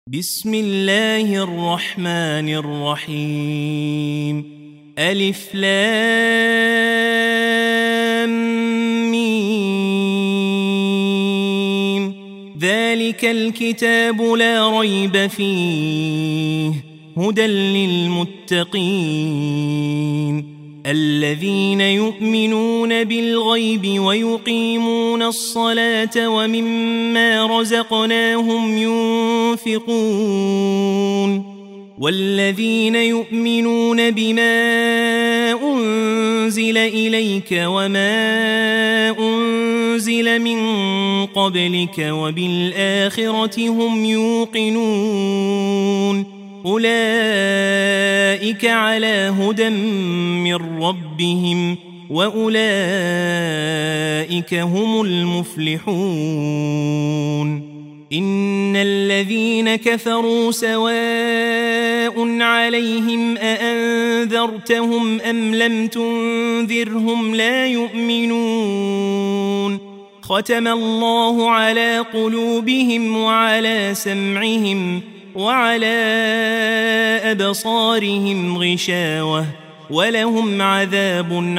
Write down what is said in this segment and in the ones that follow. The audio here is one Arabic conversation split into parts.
بسم الله الرحمن الرحيم ألف لام ميم ذلك الكتاب لا ريب فيه هدى للمتقين الذين يؤمنون بالغيب ويقيمون الصلاة ومما رزقناهم ينفقون والذين يؤمنون بما أنزل إليك وما أنزل من قبلك وبالآخرة هم يوقنون أولئك على هدى من ربهم وأولئك هم المفلحون إن الذين كفروا سواء عليهم أأنذرتهم أم لم تنذرهم لا يؤمنون ختم الله على قلوبهم وعلى سمعهم وعلى أبصارهم غشاوة ولهم عذاب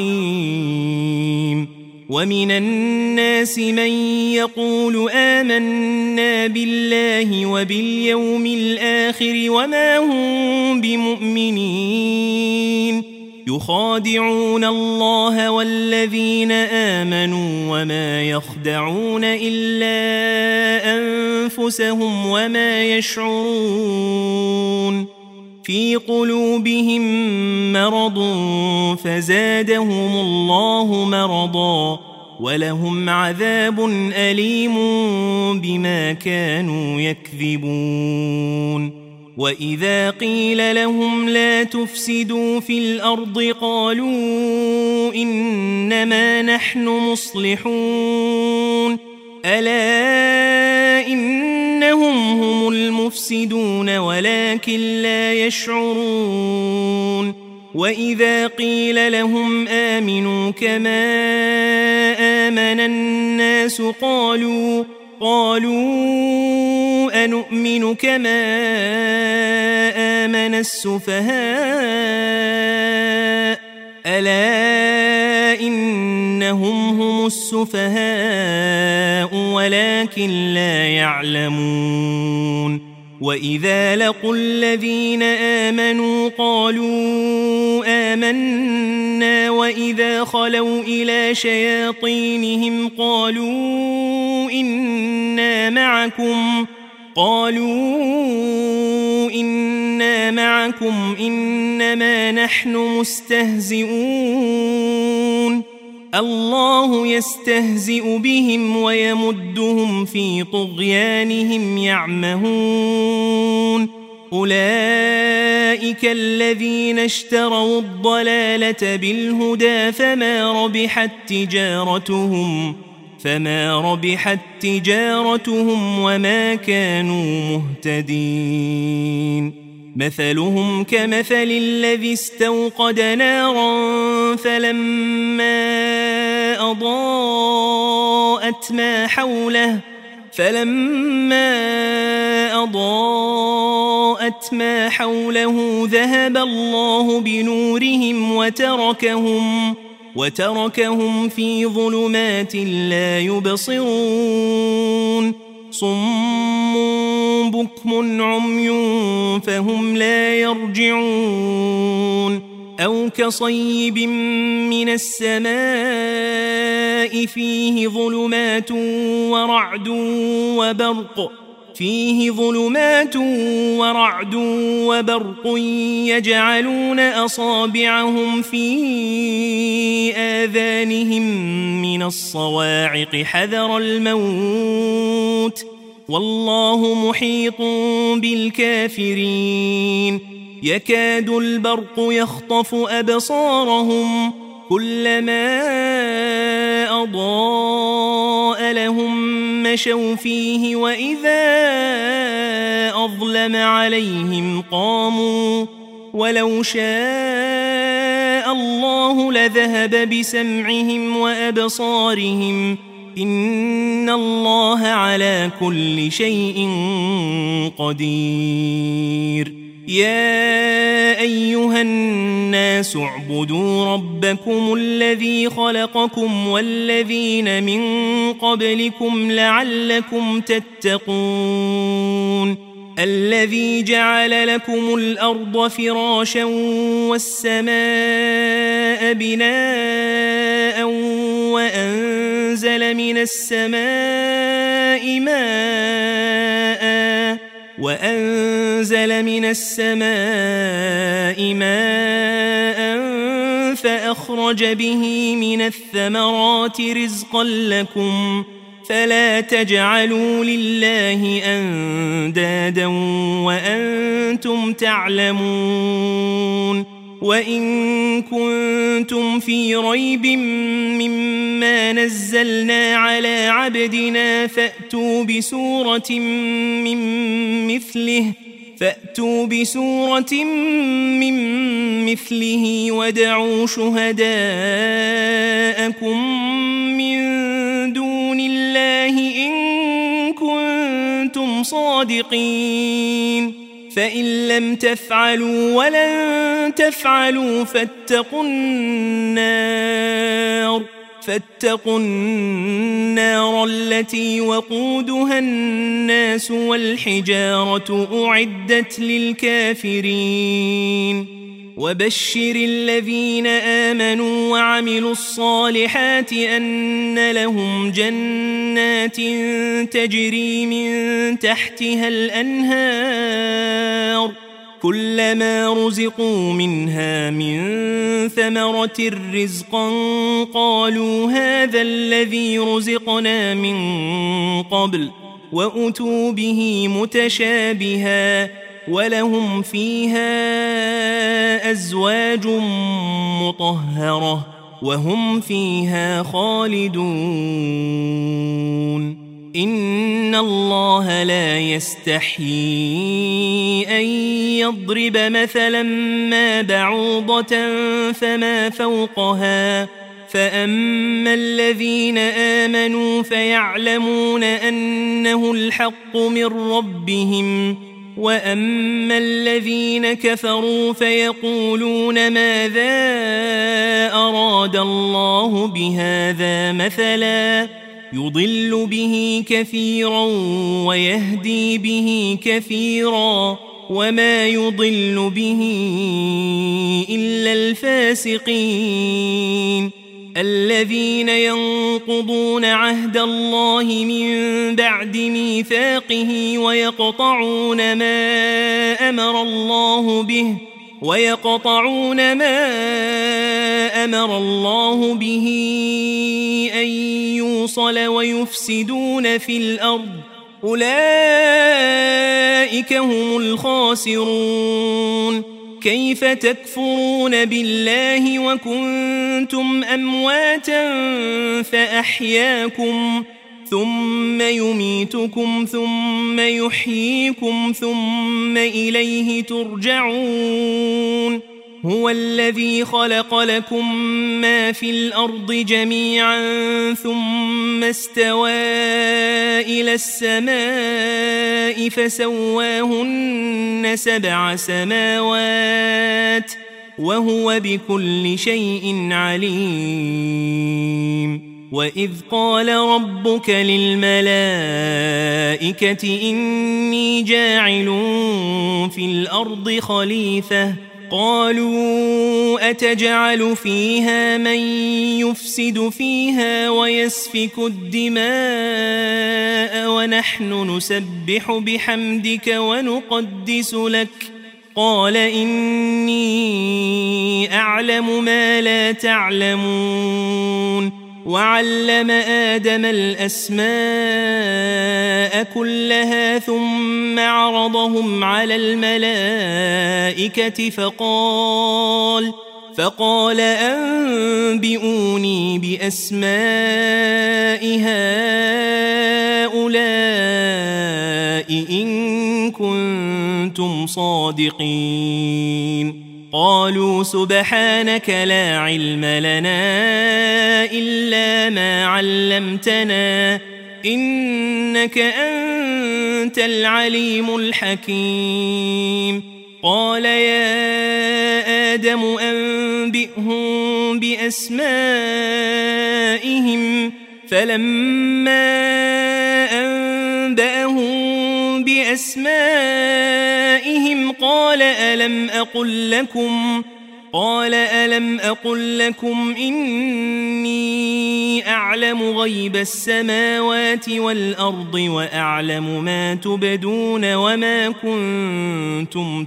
عظيم ومن الناس من يقول آمنا بالله وباليوم الآخر وما هم بمؤمنين يخادعون الله والذين آمنوا وما يخدعون إلا أنفسهم وما يشعرون في قلوبهم مرض فزادهم الله مرضا ولهم عذاب أليم بما كانوا يكذبون وإذا قيل لهم لا تفسدوا في الأرض قالوا إنما نحن مصلحون ألا إنهم هم المفسدون ولكن لا يشعرون وإذا قيل لهم آمنوا كما آمن الناس قالوا أنؤمن كما آمن السفهاء ألا إنهم هم السفهاء ولكن لا يعلمون وإذا لقوا الذين آمنوا قالوا آمنا وإذا خلوا إلى شياطينهم قالوا إنا معكم إنما نحن مستهزئون الله يستهزئ بهم ويمدهم في طغيانهم يعمهون أولئك الذين اشتروا الضلالة بالهدى فما ربحت تجارتهم وما كانوا مهتدين مثلهم كمثل الذي استوقد نارا فلما أضاءت ما حوله ذهب الله بنورهم وتركهم في ظلمات لا يبصرون صم بكم عمي فهم لا يرجعون أو كصيب من السماء فيه ظلمات ورعد وبرق يجعلون أصابعهم في آذانهم من الصواعق حذر الموت والله محيط بالكافرين يكاد البرق يخطف أبصارهم كلما أضاء لهم مشوا فيه وإذا أظلم عليهم قاموا ولو شاء الله لذهب بسمعهم وأبصارهم إن الله على كل شيء قدير يا أيها الناس اعبدوا ربكم الذي خلقكم والذين من قبلكم لعلكم تتقون الذي جعل لكم الأرض فراشا والسماء بناء وأنزل من السماء ماء فأخرج به من الثمرات رزقا لكم فلا تجعلوا لله أندادا وأنتم تعلمون وإن كنتم في ريب مما نزلنا على عبدنا فأتوا بسورة من مثله ودعوا شهداءكم من دون الله إن كنتم صادقين فإن لم تفعلوا ولن تفعلوا فاتقوا النار التي وقودها الناس والحجارة أعدت للكافرين وبشر الذين آمنوا وعملوا الصالحات أن لهم جنات تجري من تحتها الأنهار كلما رزقوا منها من ثمرة رزقا قالوا هذا الذي رزقنا من قبل وأتوا به متشابها ولهم فيها أزواج مطهرة وهم فيها خالدون إن الله لا يستحيي أن يضرب مثلا ما بعوضة فما فوقها فأما الذين آمنوا فيعلمون أنه الحق من ربهم وأما الذين كفروا فيقولون ماذا أراد الله بهذا مثلا يضل به كثيرا ويهدي به كثيرا وما يضل به إلا الفاسقين الذين ينقضون عهد الله من بعد ميثاقه ويقطعون ما أمر الله به أن يوصل ويفسدون في الأرض أولئك هم الخاسرون كيف تكفرون بالله وكنتم أمواتا فأحياكم ثم يميتكم ثم يحييكم ثم إليه ترجعون هو الذي خلق لكم ما في الأرض جميعا ثم استوى إلى السماء فسواهن 7 سماوات وهو بكل شيء عليم وإذ قال ربك للملائكة إني جاعل في الأرض خليفة قالوا أتجعل فيها من يفسد فيها ويسفك الدماء ونحن نسبح بحمدك ونقدس لك قال إني أعلم ما لا تعلمون وعلم آدم الأسماء كلها ثم عرضهم على الملائكة فقال أنبئوني بأسماء هؤلاء إن كنتم صادقين قالوا سبحانك لا علم لنا إلا ما علمتنا إنك أنت العليم الحكيم قال يا آدم أنبئهم بأسمائهم فلما أنبأهم بأسمائهم قال ألم أقل لكم إني أعلم غيب السماوات والأرض وأعلم ما تبدون وما كنتم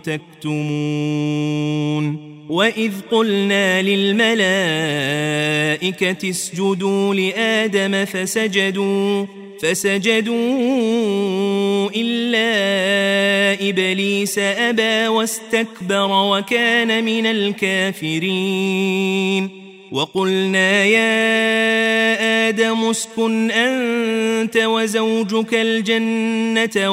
تكتمون وإذ قلنا للملائكة اسجدوا لآدم فسجدوا إلا إبليس أبى واستكبر وكان من الكافرين وقلنا يا آدم اسكن أنت وزوجك الجنة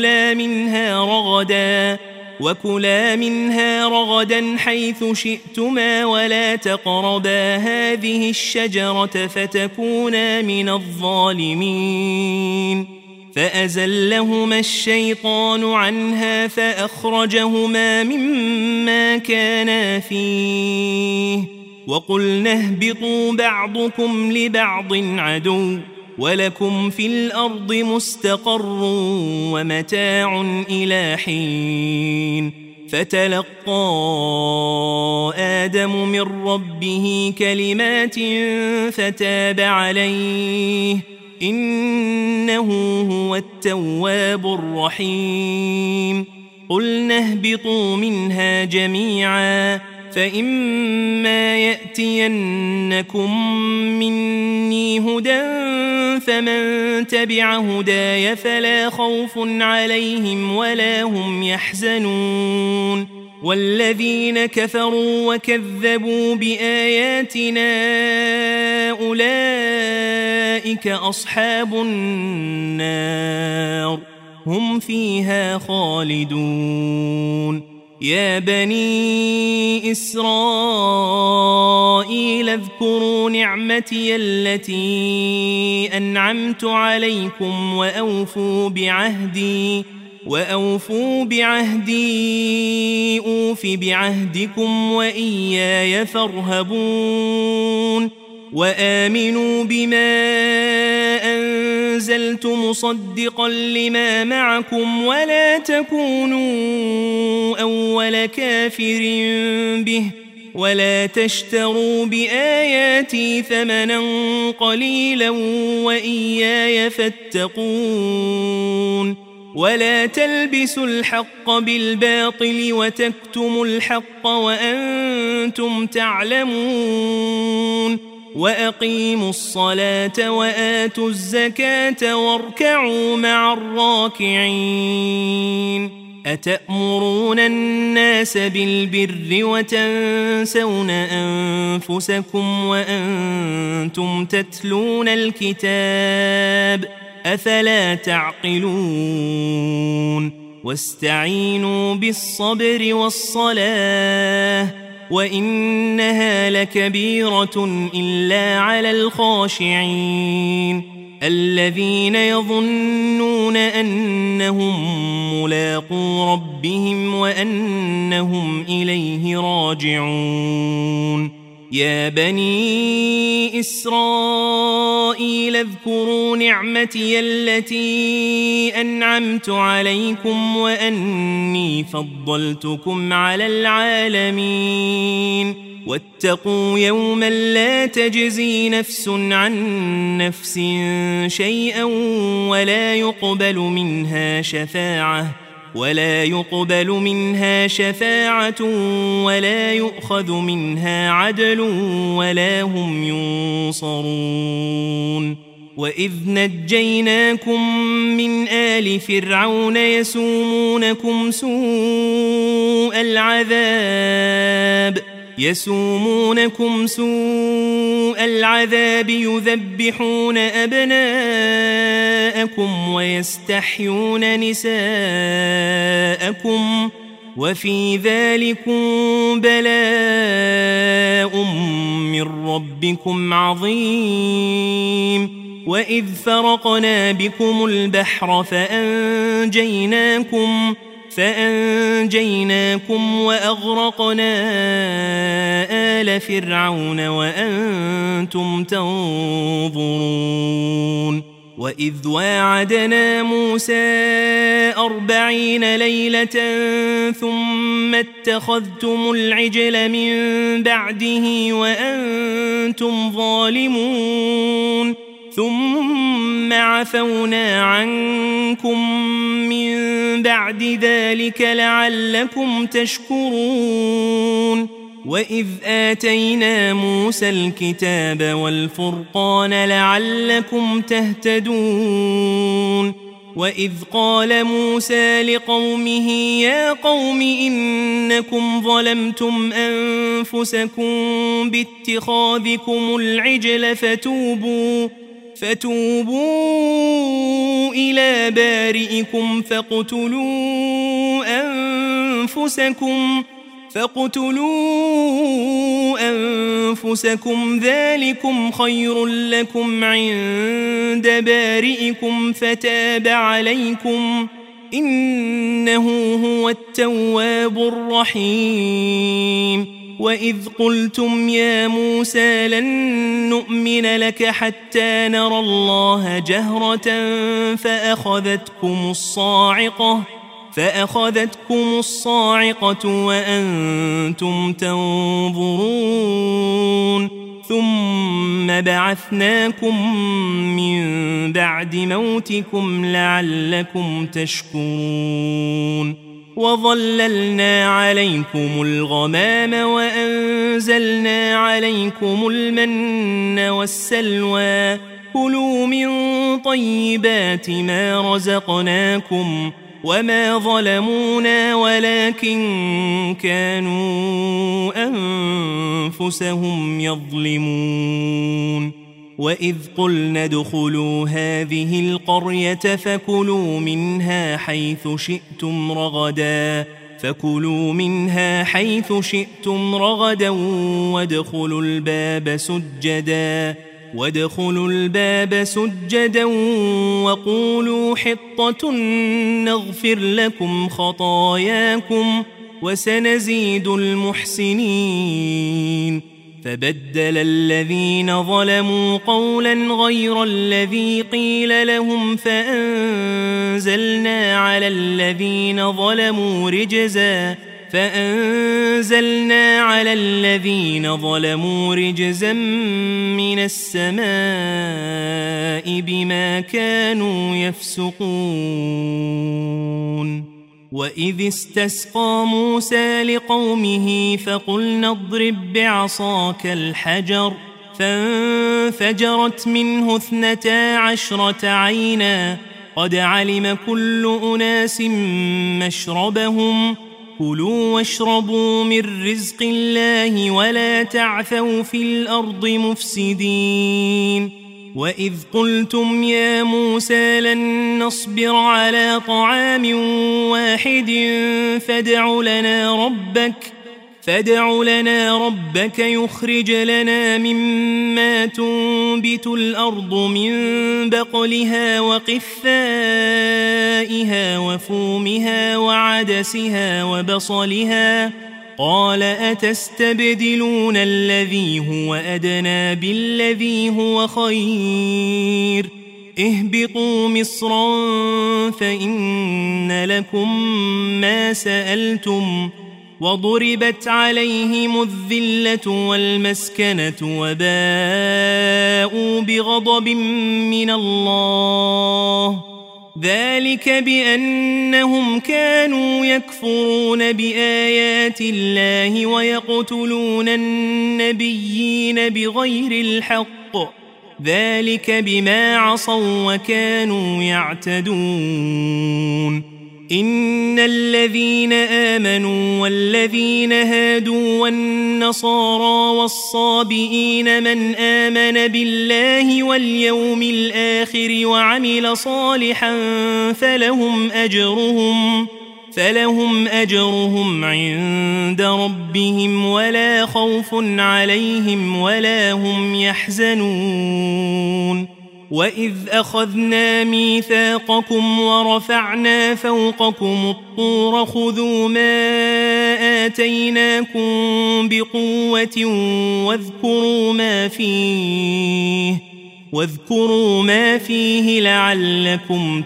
وكلا منها رغدا حيث شئتما ولا تقربا هذه الشجرة فتكونا من الظالمين فأزلهما الشيطان عنها فأخرجهما مما كانا فيه وقلنا اهبطوا بعضكم لبعض عدو ولكم في الأرض مستقر ومتاع إلى حين فتلقى آدم من ربه كلمات فتاب عليه إنه هو التواب الرحيم قلنا اهبطوا منها جميعا فإما يأتينكم مني هدى فمن تبع هداي فلا خوف عليهم ولا هم يحزنون والذين كفروا وكذبوا بآياتنا أولئك أصحاب النار هم فيها خالدون يا بني إسرائيل اذكروا نعمتي التي أنعمت عليكم وأوفوا بعهدي أوف بعهدكم وإياي فارهبون وآمنوا بما أنزلت مصدقا لما معكم ولا تكونوا أول كافر به ولا تشتروا بآياتي ثمنا قليلا وإياي فاتقون ولا تلبسوا الحق بالباطل وتكتموا الحق وأنتم تعلمون وأقيموا الصلاة وآتوا الزكاة واركعوا مع الراكعين أتأمرون الناس بالبر وتنسون أنفسكم وأنتم تتلون الكتاب أفلا تعقلون واستعينوا بالصبر والصلاة وإنها لكبيرة إلا على الخاشعين الذين يظنون أنهم ملاقو ربهم وأنهم إليه راجعون يا بني إسرائيل اذكروا نعمتي التي أنعمت عليكم وأني فضلتكم على العالمين واتقوا يوما لا تجزي نفس عن نفس شيئا ولا يقبل منها شفاعة ولا يؤخذ منها عدل ولا هم ينصرون وإذ نجيناكم من آل فرعون يسومونكم سوء العذاب يذبحون أبناءكم ويستحيون نساءكم وفي ذلكم بلاء من ربكم عظيم وإذ فرقنا بكم البحر فأنجيناكم وأغرقنا آل فرعون وأنتم تنظرون وإذ واعدنا موسى 40 ليلة ثم اتخذتم العجل من بعده وأنتم ظالمون ثم عفونا عنكم من بعد ذلك لعلكم تشكرون وإذ آتينا موسى الكتاب والفرقان لعلكم تهتدون وإذ قال موسى لقومه يا قوم إنكم ظلمتم أنفسكم باتخاذكم العجل فتوبوا إلى بارئكم فاقتلوا أنفسكم ذلكم خير لكم عند بارئكم فتاب عليكم إنه هو التواب الرحيم وإذ قلتم يا موسى لن نؤمن لك حتى نرى الله جهرة فأخذتكم الصاعقة وأنتم تنظرون ثم بعثناكم من بعد موتكم لعلكم تشكرون وظللنا عليكم الغمام وأنزلنا عليكم المن والسلوى كلوا من طيبات ما رزقناكم وما ظلمونا ولكن كانوا أنفسهم يظلمون وإذ قلنا ادخلوا هذه القرية فكلوا منها حيث شئتم رغدا وادخلوا الباب سجدا وقولوا حطة نغفر لكم خطاياكم وسنزيد المحسنين فبدل الذين ظلموا قولا غير الذي قيل لهم فأنزلنا على الذين ظلموا رجزا من السماء بما كانوا يفسقون وإذ استسقى موسى لقومه فقلنا اضرب بعصاك الحجر فانفجرت منه 12 عينا قد علم كل أناس مشربهم كلوا واشربوا من رزق الله ولا تعثوا في الأرض مفسدين وإذ قلتم يا موسى لن نصبر على طعام واحد فادع لنا ربك يخرج لنا مما تنبت الأرض من بقلها وقثائها وفومها وعدسها وبصلها قال أتستبدلون الذي هو أدنى بالذي هو خير اهبطوا مصرا فإن لكم ما سألتم وضربت عليهم الذلة والمسكنة وباءوا بغضب من الله ذلك بأنهم كانوا يكفرون بآيات الله ويقتلون النبيين بغير الحق ذلك بما عصوا وكانوا يعتدون إن الذين آمنوا والذين هادوا والنصارى والصابئين من آمن بالله واليوم الآخر وعمل صالحا فلهم أجرهم عند ربهم ولا خوف عليهم ولا هم يحزنون وإذ أخذنا ميثاقكم ورفعنا فوقكم الطور خذوا ما آتيناكم بقوة واذكروا ما فيه لعلكم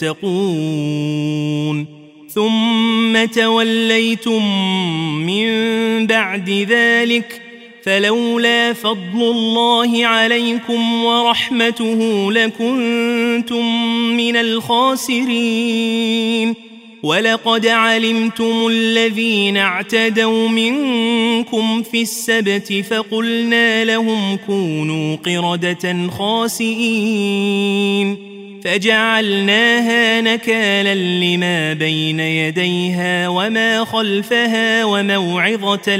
تتقون ثم توليتم من بعد ذلك فلولا فضل الله عليكم ورحمته لكنتم من الخاسرين ولقد علمتم الذين اعتدوا منكم في السبت فقلنا لهم كونوا قردة خاسئين فجعلناها نكالا لما بين يديها وما خلفها وموعظة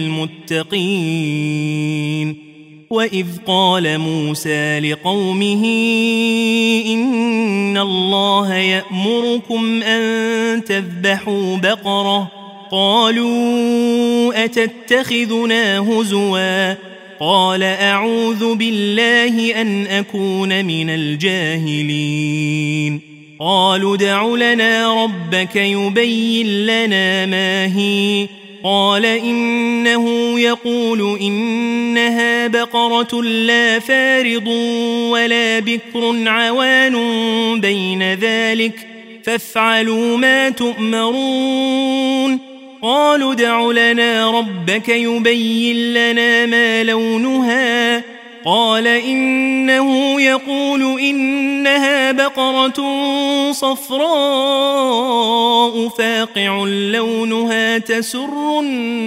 للمتقين وإذ قال موسى لقومه إن الله يأمركم أن تذبحوا بقرة قالوا أتتخذنا هزوا قال أعوذ بالله أن أكون من الجاهلين قالوا ادع لنا ربك يبين لنا ما هي قال إنه يقول إنها بقرة لا فارض ولا بكر عوان بين ذلك فافعلوا ما تؤمرون قالوا ادع لنا ربك يبين لنا ما لونها قال إنه يقول إنها بقرة صفراء فاقع لونها تسر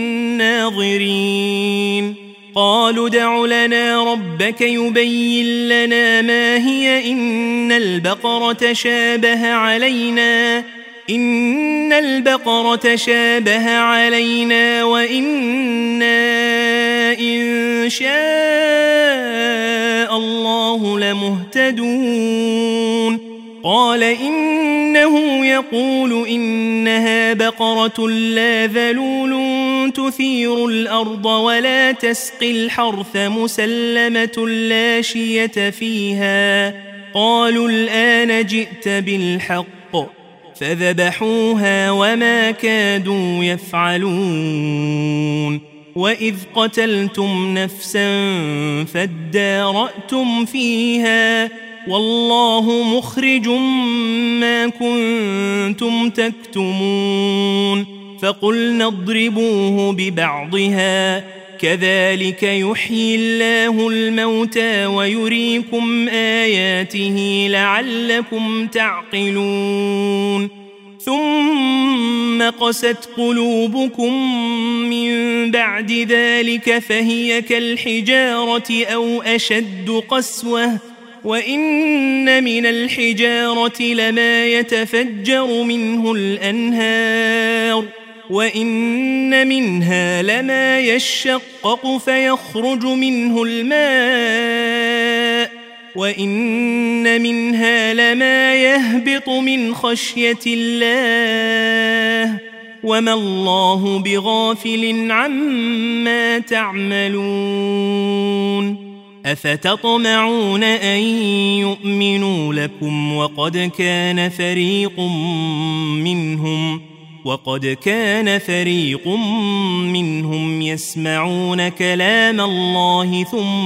الناظرين قالوا ادع لنا ربك يبين لنا ما هي إن البقرة شابه علينا وإنا إن شاء الله لمهتدون قال إنه يقول إنها بقرة لا ذلول تثير الأرض ولا تسقي الحرث مسلمة لا شية فيها قالوا الآن جئت بالحق فذبحوها وما كادوا يفعلون وإذ قتلتم نفسا فادارأتم فيها والله مخرج ما كنتم تكتمون فقلنا اضربوه ببعضها كذلك يحيي الله الموتى ويريكم آياته لعلكم تعقلون ثم قست قلوبكم من بعد ذلك فهي كالحجارة أو أشد قسوة وإن من الحجارة لما يتفجر منه الأنهار وإن منها لما يشقق فيخرج منه الماء وإن منها لما يهبط من خشية الله وما الله بغافل عما تعملون أفتطمعون أن يؤمنوا لكم وقد كان فريق منهم يسمعون كلام الله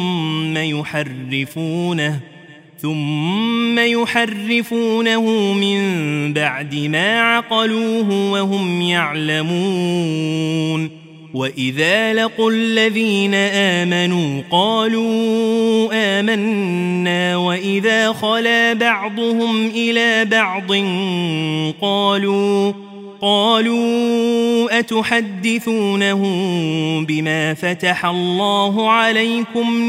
ثم يحرفونه من بعد ما عقلوه وهم يعلمون وإذا لقوا الذين آمنوا قالوا آمنا وإذا خلا بعضهم إلى بعض قالوا أتحدثونهم بما فتح الله عليكم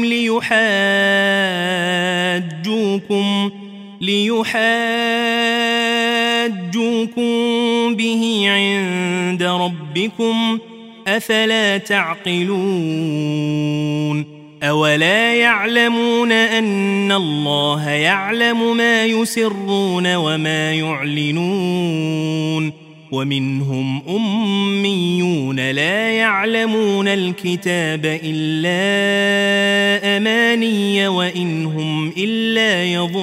ليحاجوكم به عند ربكم أفلا تعقلون أولا يعلمون أن الله يعلم ما يسرون وما يعلنون ومنهم أميون لا يعلمون الكتاب إلا أماني وإن هم إلا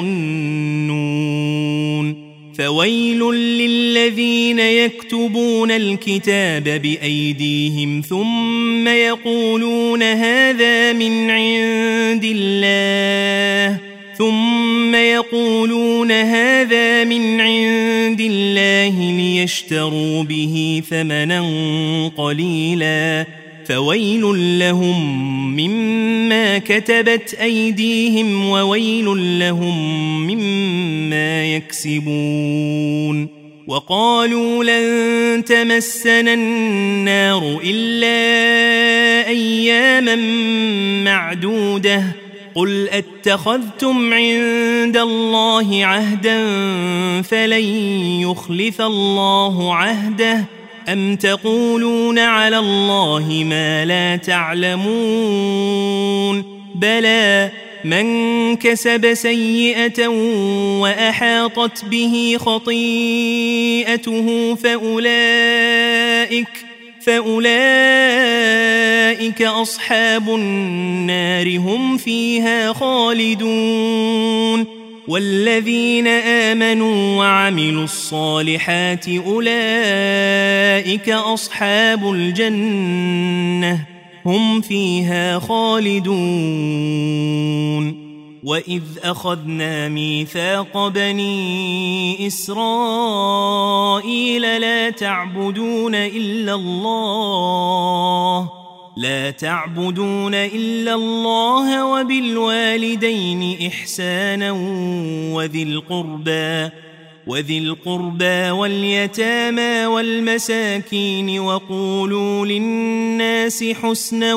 يظنون فويل للذين يكتبون الكتاب بأيديهم ثم يقولون هذا من عند الله ليشتروا به ثمنا قليلا فويل لهم مما كتبت أيديهم وويل لهم مما يكسبون وقالوا لن تمسنا النار إلا أياما معدودة قل أتخذتم عند الله عهدا فلن يخلف الله عهده أم تقولون على الله ما لا تعلمون بلى من كسب سيئة وأحاطت به خطيئته فأولئك أصحاب النار هم فيها خالدون والذين آمنوا وعملوا الصالحات أولئك أصحاب الجنة هم فيها خالدون وإذ أخذنا ميثاق بني إسرائيل لا تعبدون إلا الله وبالوالدين إحسانا وذي القربى واليتامى والمساكين وقولوا للناس حسنا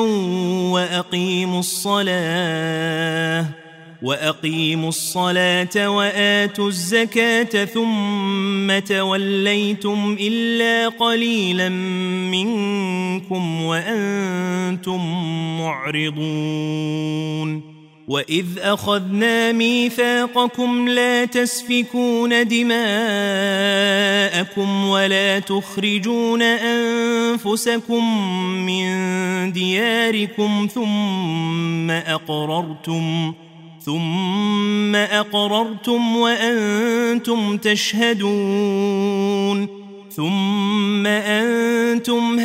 وأقيموا الصلاة وآتوا الزكاة ثم توليتم إلا قليلا منكم وأنتم معرضون وإذ أخذنا ميثاقكم لا تسفكون دماءكم ولا تخرجون أنفسكم من دياركم ثم أقررتم وأنتم تشهدون ثم أنتم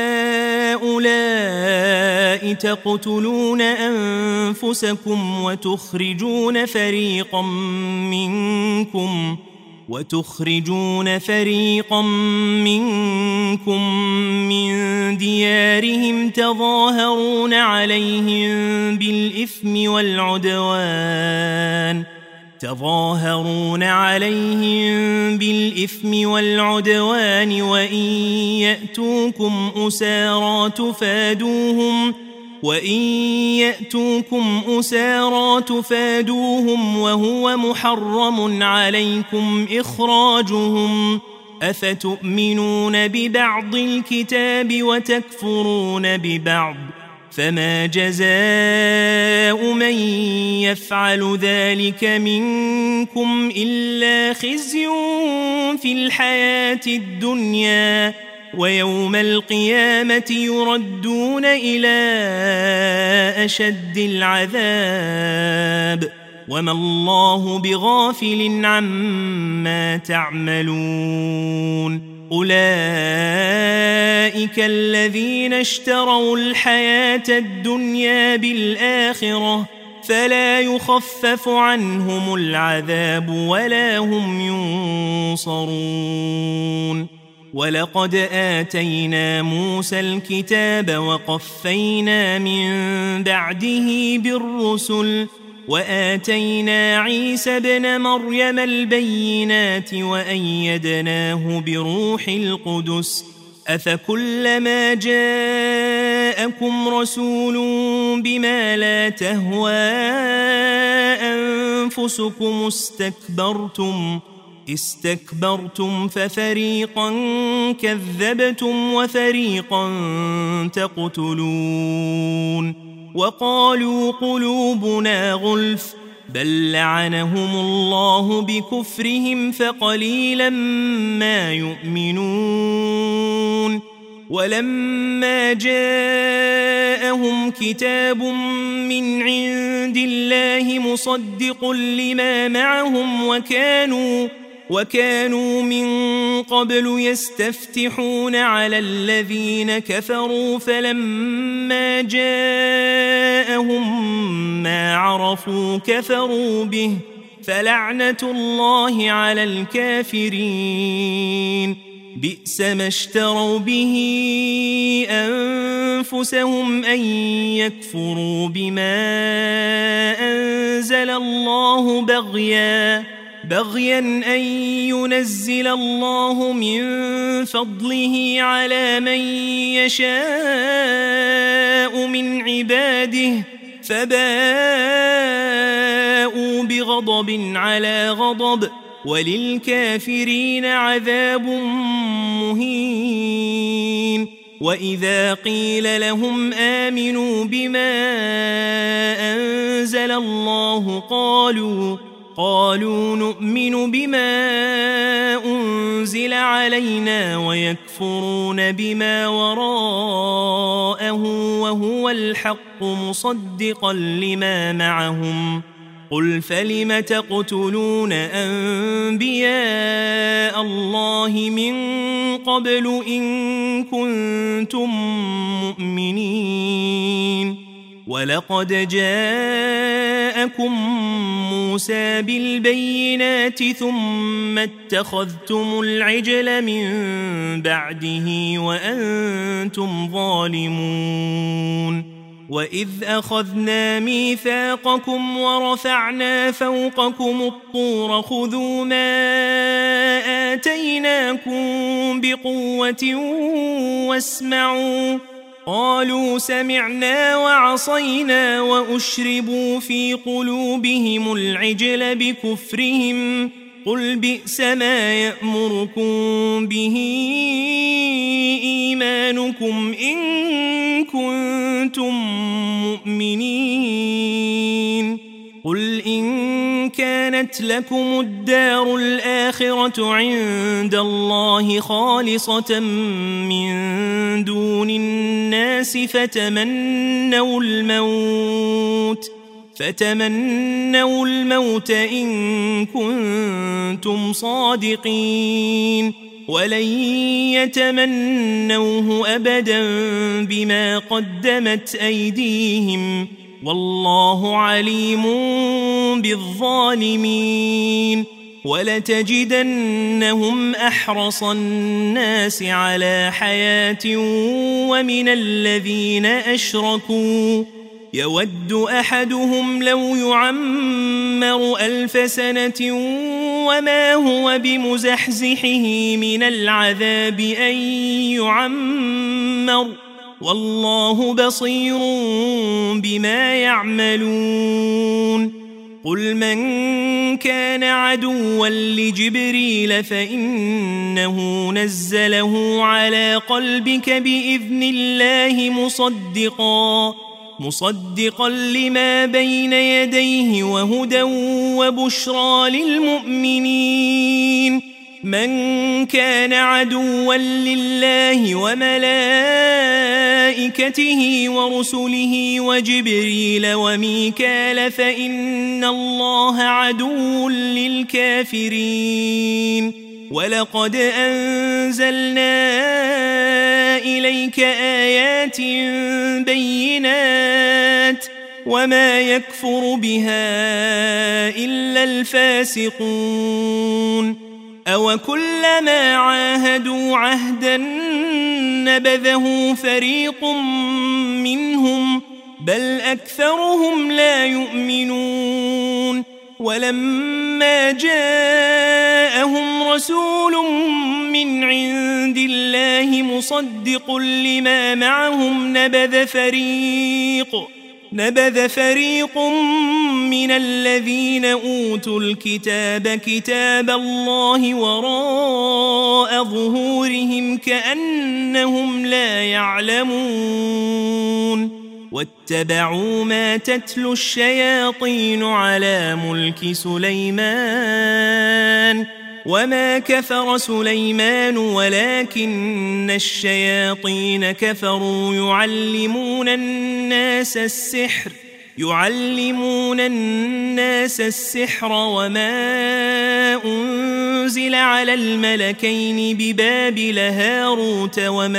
هؤلاء تقتلون أنفسكم وتخرجون فريقا منكم من ديارهم تظاهرون عليهم بالإثم والعدوان وإن يأتوكم أسارى تفادوهم وهو محرم عليكم إخراجهم أفتؤمنون ببعض الكتاب وتكفرون ببعض فما جزاء من يفعل ذلك منكم إلا خزي في الحياة الدنيا ويوم القيامة يردون إلى أشد العذاب وما الله بغافل عما تعملون أولئك الذين اشتروا الحياة الدنيا بالآخرة فلا يخفف عنهم العذاب ولا هم ينصرون ولقد آتينا موسى الكتاب وقفينا من بعده بالرسل وآتينا عيسى ابن مريم البينات وأيدناه بروح القدس أفكلما جاءكم رسول بما لا تهوى أنفسكم استكبرتم ففريقا كذبتم وفريقا تقتلون وقالوا قلوبنا غلف بل لعنهم الله بكفرهم فقليلا ما يؤمنون ولما جاءهم كتاب من عند الله مصدق لما معهم وكانوا من قبل يستفتحون على الذين كفروا فلما جاءهم ما عرفوا كفروا به فلعنة الله على الكافرين بئس ما اشتروا به أنفسهم أن يكفروا بما أنزل الله بغيا أن ينزل الله من فضله على من يشاء من عباده فباءوا بغضب على غضب وللكافرين عذاب مهين وإذا قيل لهم آمنوا بما أنزل الله قالوا نؤمن بما أنزل علينا ويكفرون بما وراءه وهو الحق مصدقا لما معهم قل فلم تقتلون أنبياء الله من قبل إن كنتم مؤمنين ولقد جاءكم موسى بالبينات ثم اتخذتم العجل من بعده وأنتم ظالمون وإذ أخذنا ميثاقكم ورفعنا فوقكم الطور خذوا ما آتيناكم بقوة واسمعوا قالوا سمعنا وعصينا وأشربوا في قلوبهم العجل بكفرهم قل بئس ما يأمركم به إيمانكم إن كنتم مؤمنين قل إن كانت لكم الدار الآخرة عند الله خالصة من دون الناس فتمنوا الموت إن كنتم صادقين ولن يتمنوه أبدا بما قدمت أيديهم والله عليم بالظالمين ولتجدنهم أحرص الناس على حياة ومن الذين أشركوا يود أحدهم لو يعمر 1000 سنة وما هو بمزحزحه من العذاب أن يعمر والله بصير بما يعملون قل من كان عدوا لجبريل فإنه نزله على قلبك بإذن الله مصدقا لما بين يديه وهدى وبشرى للمؤمنين من كان عدوا لله وملائكته ورسله وجبريل وميكال فإن الله عدو للكافرين ولقد أنزلنا إليك آيات بينات وما يكفر بها إلا الفاسقون أوكلما عاهدوا عهدا نبذه فريق منهم بل أكثرهم لا يؤمنون ولما جاءهم رسول من عند الله مصدق لما معهم نبذ فريق من الذين أوتوا الكتاب كتاب الله وراء ظهورهم كأنهم لا يعلمون واتبعوا ما تتلو الشياطين على ملك سليمان وما كفر سليمان ولكن الشياطين كفروا يعلمون الناس السحر وما أنزل على الملكين ببابل هاروت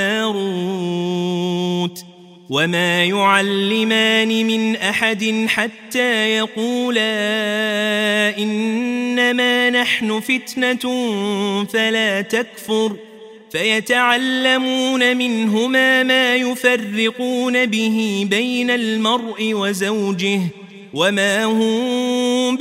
وماروت وما يعلمان من أحد حتى يقولا إنما نحن فتنة فلا تكفر فيتعلمون منهما ما يفرقون به بين المرء وزوجه وما هم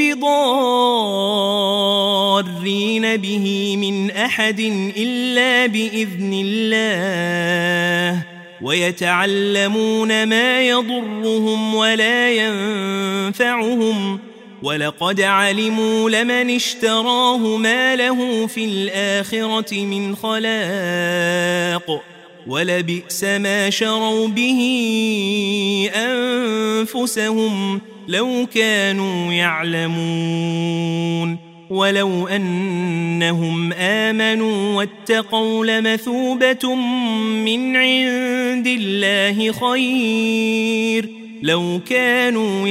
بضارين به من أحد إلا بإذن الله ويتعلمون ما يضرهم ولا ينفعهم ولقد علموا لمن اشتراه ما له في الآخرة من خلاق ولبئس ما شروا به أنفسهم لو كانوا يعلمون ولو أنهم آمنوا واتقوا لمثوبة من عند الله خير لو كانوا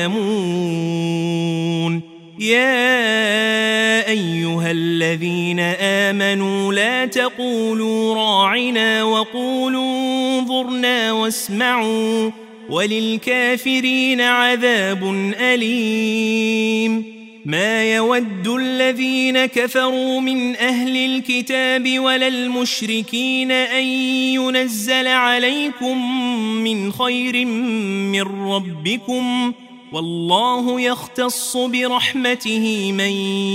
يعلمون يا أيها الذين آمنوا لا تقولوا راعنا وقولوا انظرنا واسمعوا وللكافرين عذاب أليم ما يود الذين كفروا من أهل الكتاب ولا المشركين أن ينزل عليكم من خير من ربكم والله يختص برحمته من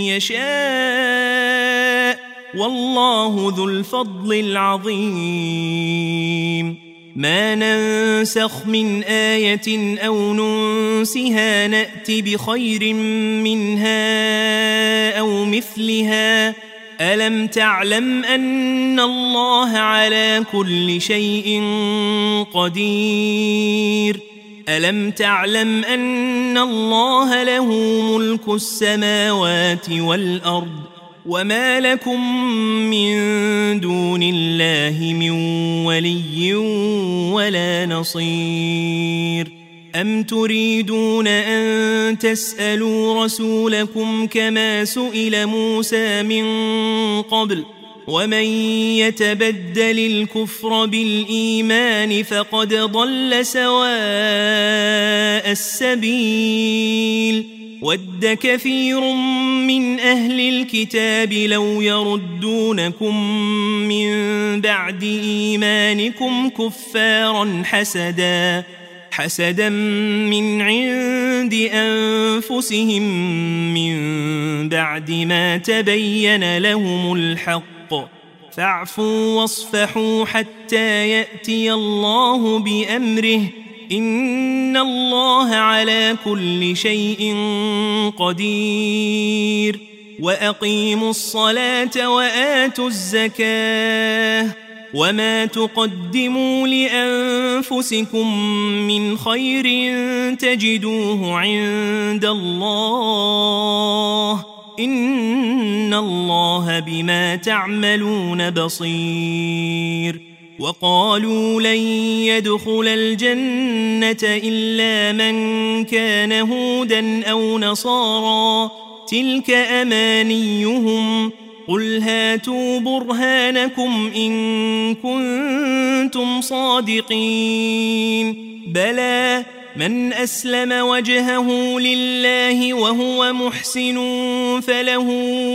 يشاء والله ذو الفضل العظيم ما ننسخ من آية أو ننسها نأت بخير منها أو مثلها ألم تعلم أن الله على كل شيء قدير ألم تعلم أن الله له ملك السماوات والأرض وما لكم من دون الله من ولي ولا نصير أم تريدون أن تسألوا رسولكم كما سئل موسى من قبل ومن يتبدل الكفر بالإيمان فقد ضل سواء السبيل ود كثير من أهل الكتاب لو يردونكم من بعد إيمانكم كفارا حسدا من عند أنفسهم من بعد ما تبين لهم الحق فاعفوا واصفحوا حتى يأتي الله بأمره إن الله على كل شيء قدير وأقيموا الصلاة وآتوا الزكاة وما تقدموا لأنفسكم من خير تجدوه عند الله إن الله بما تعملون بصير وقالوا لن يدخل الجنة إلا من كان هودا أو نصارى تلك أمانيهم قل هاتوا برهانكم إن كنتم صادقين بلى من أسلم وجهه لله وهو محسن فله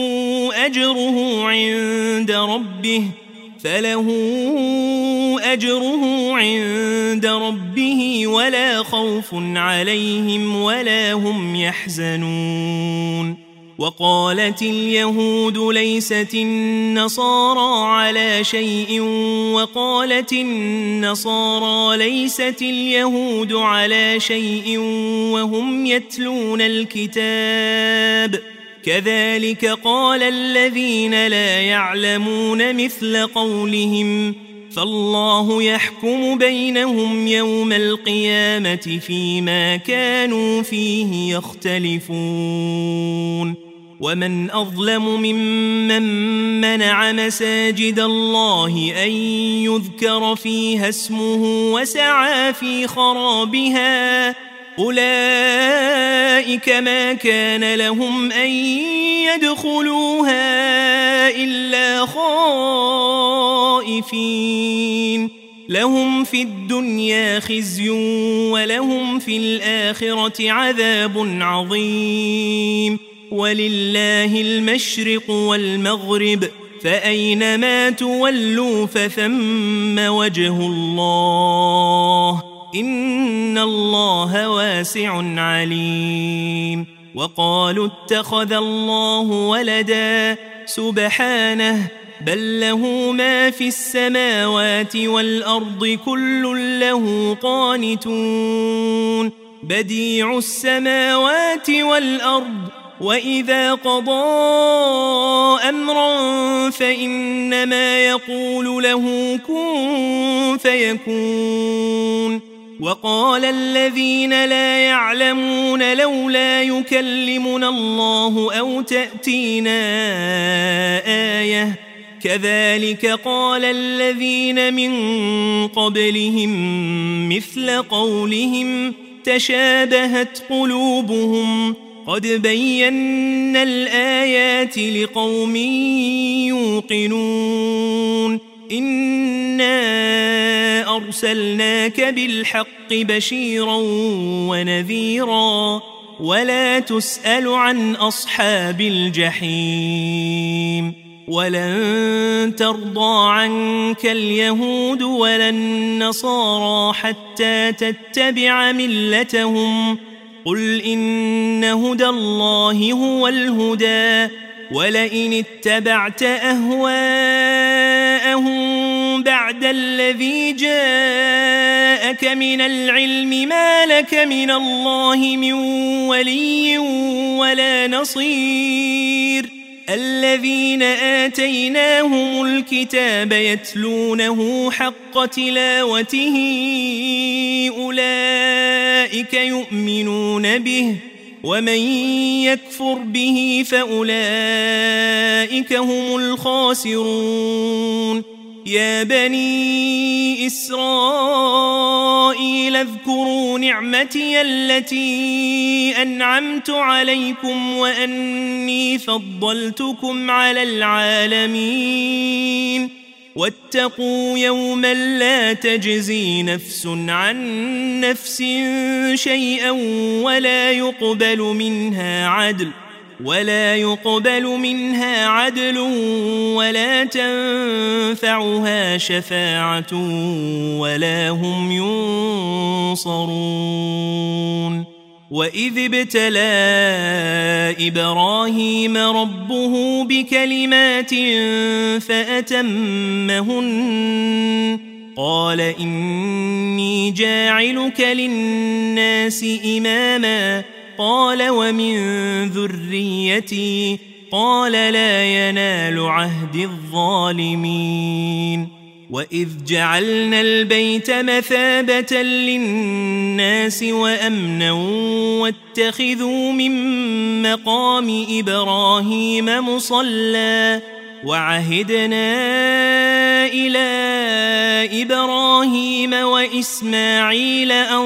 أجره عند ربه ولا خوف عليهم ولا هم يحزنون وقالت اليهود ليست النصارى على شيء وقالت النصارى ليست اليهود على شيء وهم يتلون الكتاب كذلك قال الذين لا يعلمون مثل قولهم فالله يحكم بينهم يوم القيامة فيما كانوا فيه يختلفون ومن أظلم ممن منع مساجد الله أن يذكر فيها اسمه وسعى في خرابها أولئك ما كان لهم أن يدخلوها إلا خائفين لهم في الدنيا خزي ولهم في الآخرة عذاب عظيم ولله المشرق والمغرب فأينما تولوا فثم وجه الله إن الله واسع عليم وقالوا اتخذ الله ولدا سبحانه بل له ما في السماوات والأرض كل له قانتون بديع السماوات والأرض وإذا قضى أمرا فإنما يقول له كن فيكون وقال الذين لا يعلمون لولا يكلمنا الله أو تأتينا آية كذلك قال الذين من قبلهم مثل قولهم تشابهت قلوبهم قد بينا الآيات لقوم يوقنون إنا أرسلناك بالحق بشيرا ونذيرا ولا تسأل عن أصحاب الجحيم ولن ترضى عنك اليهود ولا النصارى حتى تتبع ملتهم قل إن هدى الله هو الهدى ولئن اتبعت أهواءهم بعد الذي جاءك من العلم ما لك من الله من ولي ولا نصير الذين آتيناهم الكتاب يتلونه حق تلاوته أولئك يؤمنون به ومن يكفر به فأولئك هم الخاسرون يا بني إسرائيل اذكروا نعمتي التي أنعمت عليكم وأني فضلتكم على العالمين واتقوا يوما لا تجزي نفس عن نفس شيئا ولا يقبل منها عدل ولا تنفعها شفاعة ولا هم ينصرون وإذ ابتلى إبراهيم ربه بكلمات فأتمهن قال إني جاعلك للناس إماما قال ومن ذريتي قال لا ينال عهد الظالمين وإذ جعلنا البيت مثابة للناس وأمنا واتخذوا من مقام إبراهيم مصلى وعهدنا إلى إبراهيم وإسماعيل أن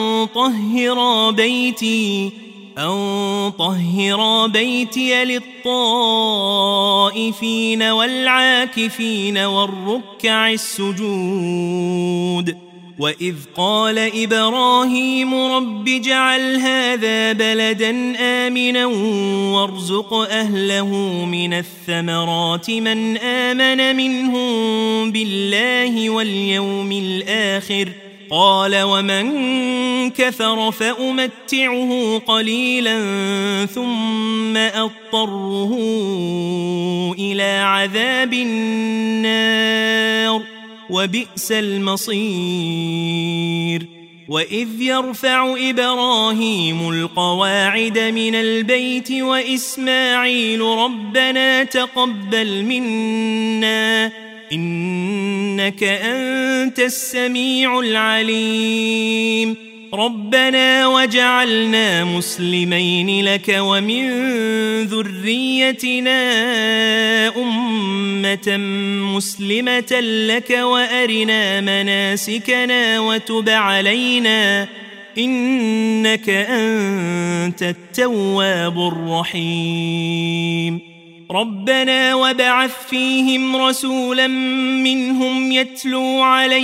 طهرا بيتي للطائفين والعاكفين والركع السجود وإذ قال إبراهيم رب اجعل هذا بلدا آمنا وارزق أهله من الثمرات من آمن منهم بالله واليوم الآخر قال ومن كفر فأمتعه قليلا ثم أضطره إلى عذاب النار وبئس المصير وإذ يرفع إبراهيم القواعد من البيت وإسماعيل ربنا تقبل منا إنك أنت السميع العليم ربنا وجعلنا مسلمين لك ومن ذريتنا أمة مسلمة لك وأرنا مناسكنا وتب علينا إنك أنت التواب الرحيم ربنا وابعث فيهم رسولا منهم يتلو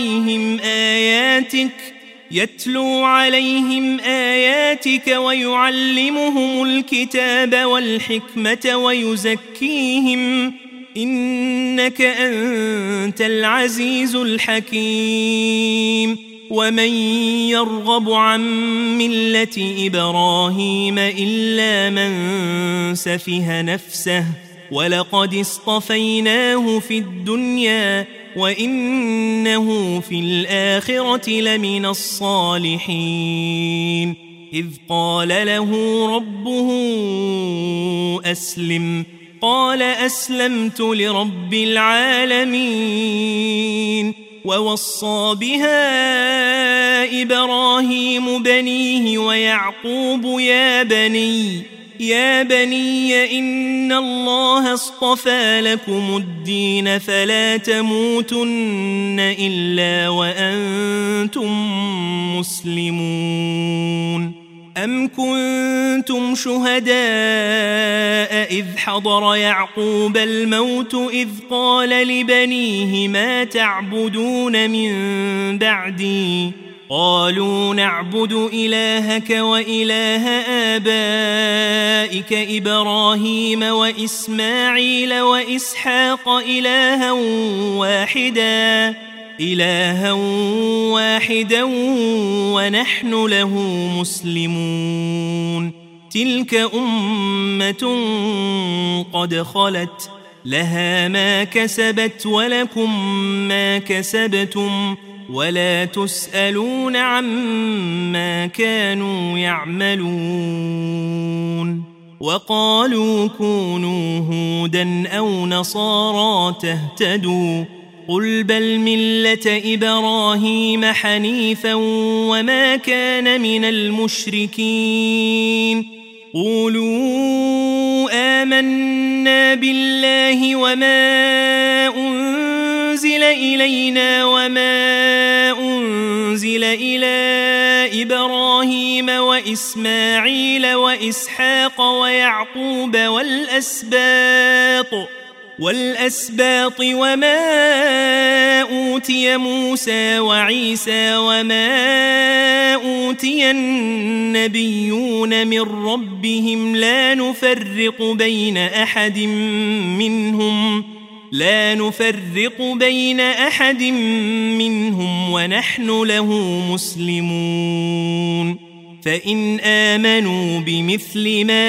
عليهم آياتك ويعلمهم الكتاب والحكمة ويزكيهم إنك أنت العزيز الحكيم ومن يرغب عن ملة إبراهيم إلا من سفه نفسه ولقد اصطفيناه في الدنيا وإنه في الآخرة لمن الصالحين إذ قال له ربه أسلم قال أسلمت لرب العالمين ووصى بها إبراهيم بنيه ويعقوب يا بني إن الله اصطفى لكم الدين فلا تموتن إلا وأنتم مسلمون أم كنتم شهداء إذ حضر يعقوب الموت إذ قال لبنيه ما تعبدون من بعدي قالوا نعبد إلهك وإله آبائك إبراهيم وإسماعيل وإسحاق إلها واحدا ونحن له مسلمون تلك أمة قد خلت لها ما كسبت ولكم ما كسبتم ولا تسألون عما كانوا يعملون وقالوا كونوا هودا أو نصارى تهتدوا قل بل ملة إبراهيم حنيفا وما كان من المشركين قولوا آمنا بالله وما أنزل إلينا وما أنزل إلى إبراهيم وإسماعيل وإسحاق ويعقوب والأسباط وما أوتي موسى وعيسى وما أوتي النبيون من ربهم لا نفرق بين أحد منهم ونحن له مسلمون فإن آمنوا بمثل ما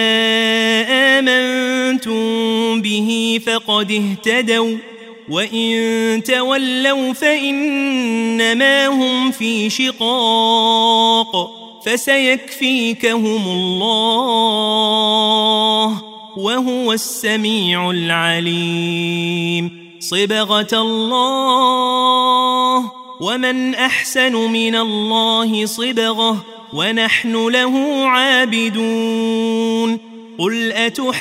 آمنتم به فقد اهتدوا وإن تولوا فإنما هم في شقاق فسيكفيكهم الله وهو السميع العليم صبغة الله ومن أحسن من الله صبغة ونحن له عابدون قل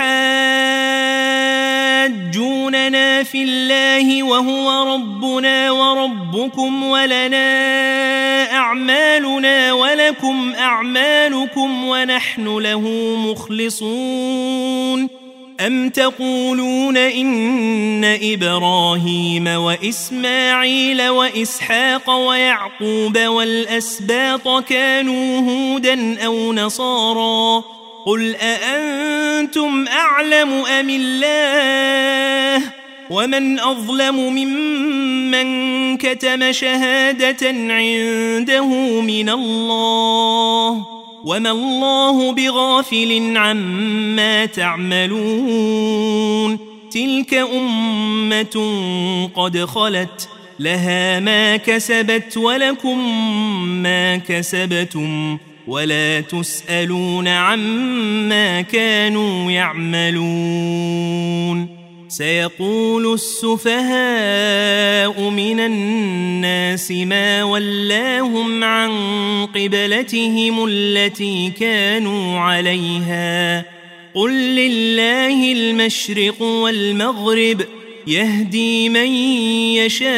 أتحاجوننا في الله وهو ربنا وربكم ولنا أعمالنا ولكم أعمالكم ونحن له مخلصون أم تقولون إن إبراهيم وإسماعيل وإسحاق ويعقوب والأسباط كانوا هودا أو نصارى قل أأنتم أعلم أم الله ومن أظلم ممن كتم شهادة عنده من الله وما الله بغافل عما تعملون تلك أمة قد خلت لها ما كسبت ولكم ما كسبتم ولا تسألون عما كانوا يعملون سيقول السفهاء من الناس ما ولاهم عن قبلتهم التي كانوا عليها قل لله المشرق والمغرب يهدي من يشاء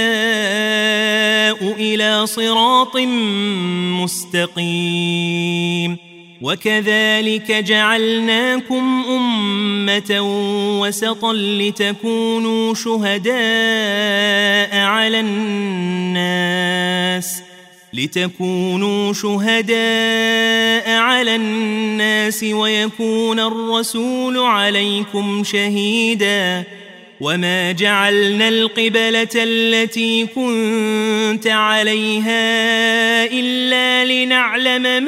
إلى صراط مستقيم وكذلك جعلناكم أمة وسطا لتكونوا شهداء على الناس ويكون الرسول عليكم شهيدا وما جعلنا القبلة التي كنت عليها إلا لنعلم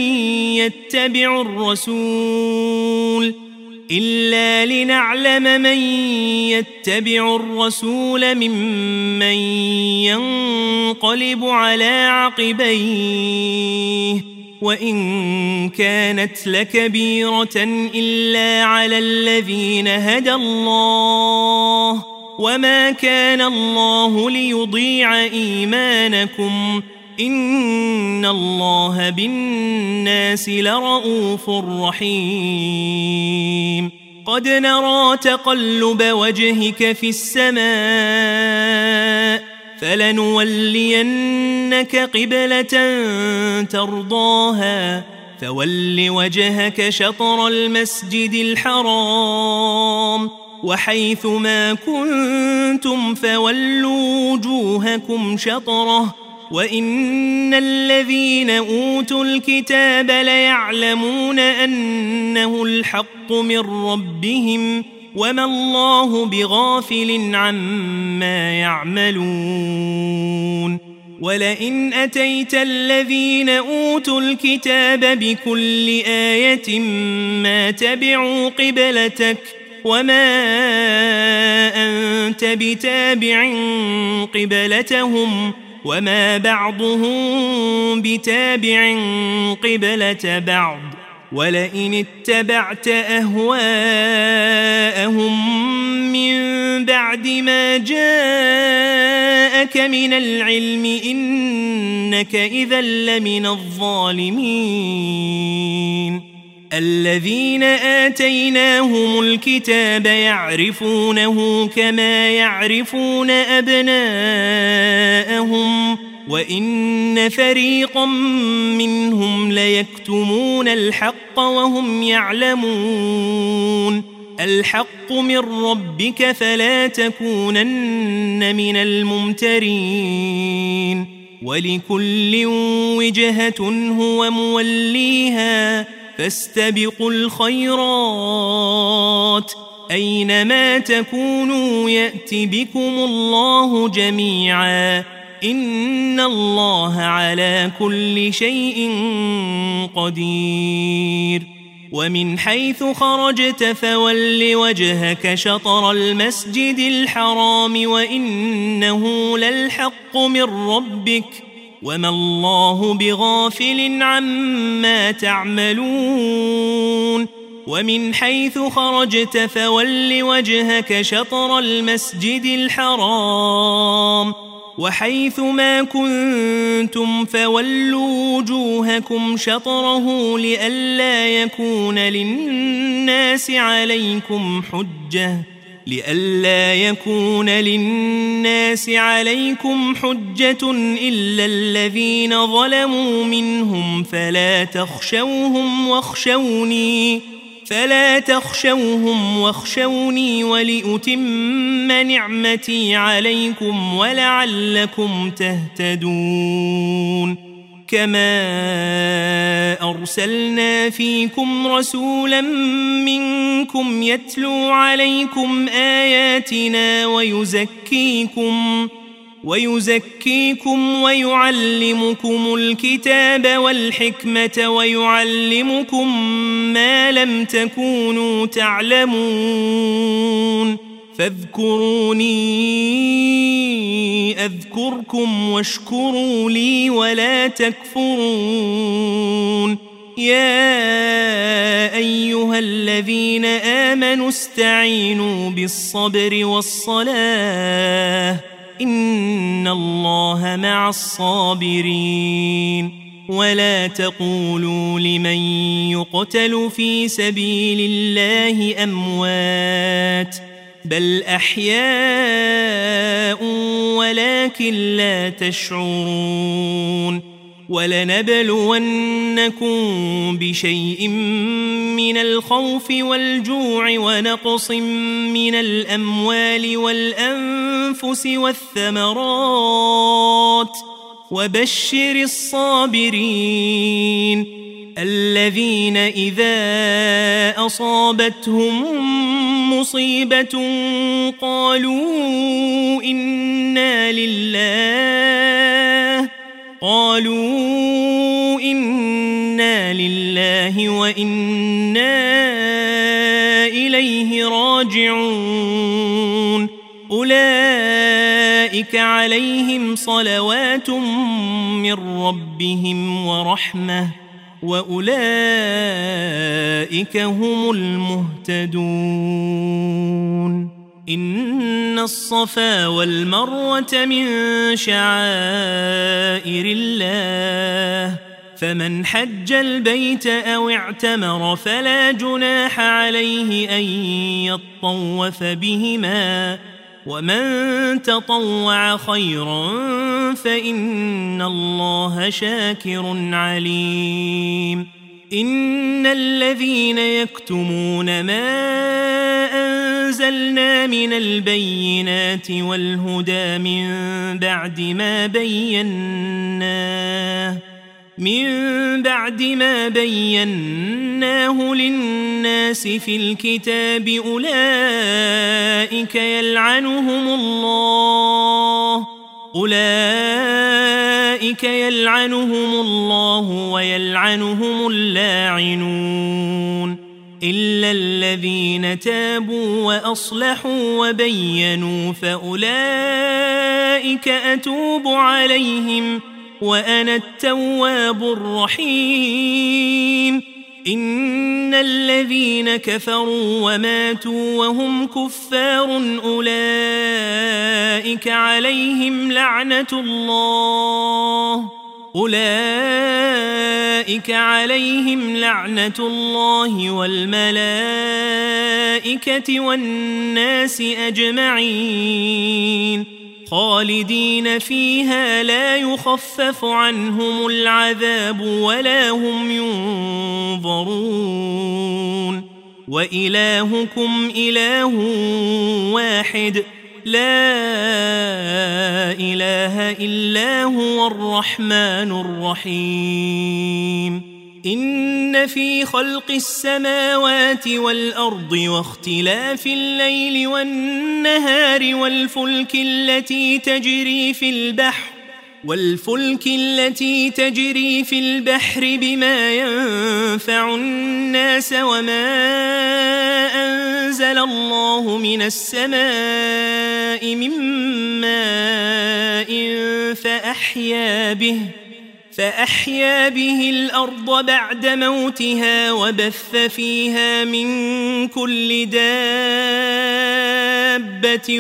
من يتبع الرسول ممن ينقلب على عقبيه وإن كانت لكبيرة إلا على الذين هدى الله وما كان الله ليضيع إيمانكم إن الله بالناس لرؤوف رحيم قد نرى تقلب وجهك في السماء فلنولينك قبلة ترضاها فول وجهك شطر المسجد الحرام وحيث ما كنتم فولوا وجوهكم شطره وإن الذين أوتوا الكتاب ليعلمون أنه الحق من ربهم وما الله بغافل عما يعملون ولئن أتيت الذين أوتوا الكتاب بكل آية ما تبعوا قبلتك وما أنت بتابع قبلتهم وما بعضهم بتابع قبلة بعض ولئن اتبعت أهواءهم من بعد ما جاءك من العلم إنك إذا لمن الظالمين الذين آتيناهم الكتاب يعرفونه كما يعرفون أبناءهم وإن فريقا منهم ليكتمون الحق وهم يعلمون الحق من ربك فلا تكونن من الممترين ولكل وجهة هو موليها فاستبقوا الخيرات أينما تكونوا يأت بكم الله جميعا إن الله على كل شيء قدير ومن حيث خرجت فول وجهك شطر المسجد الحرام وإنه للحق من ربك وما الله بغافل عما تعملون ومن حيث خرجت فول وجهك شطر المسجد الحرام وحيث ما كنتم فولوا وجوهكم شطره لئلا يكون للناس عليكم حجة إلا الذين ظلموا منهم فلا تخشوهم واخشوني ولأتم نعمتي عليكم ولعلكم تهتدون كما أرسلنا فيكم رسولا منكم يتلو عليكم آياتنا ويزكيكم ويعلمكم الكتاب والحكمة ويعلمكم ما لم تكونوا تعلمون فاذكروني أذكركم واشكروا لي ولا تكفرون يا أيها الذين آمنوا استعينوا بالصبر والصلاة إن الله مع الصابرين ولا تقولوا لمن يقتل في سبيل الله أموات بل أحياء ولكن لا تشعرون ولنبلونكم بشيء من الخوف والجوع ونقص من الأموال والأنفس والثمرات وبشر الصابرين الذين إذا أصابتهم مصيبة قالوا إنا لله وإنا إليه راجعون أولئك عليهم صلوات من ربهم ورحمة وأولئك هم المهتدون إن الصفا والمروة من شعائر الله فمن حج البيت أو اعتمر فلا جناح عليه أن يطوف بهما ومن تطوع خيرا فإن الله شاكر عليم إن الذين يكتمون ما أنزلنا من البينات والهدى من بعد ما بيناه للناس في الكتاب أولئك يلعنهم الله ويلعنهم اللاعنون إلا الذين تابوا وأصلحوا وبينوا فأولئك أتوب عليهم وأنا التواب الرحيم إن الذين كفروا وماتوا وهم كفار أولئك عليهم لعنة الله والملائكة والناس أجمعين خالدين فيها لا يخفف عنهم العذاب ولا هم ينظرون وإلهكم إله واحد لا إله إلا هو الرحمن الرحيم إن في خلق السماوات والأرض واختلاف الليل والنهار والفلك التي تجري في البحر بما ينفع الناس وما أنزل الله من السماء من ماء فأحيا به الأرض بعد موتها وبث فيها من كل دابة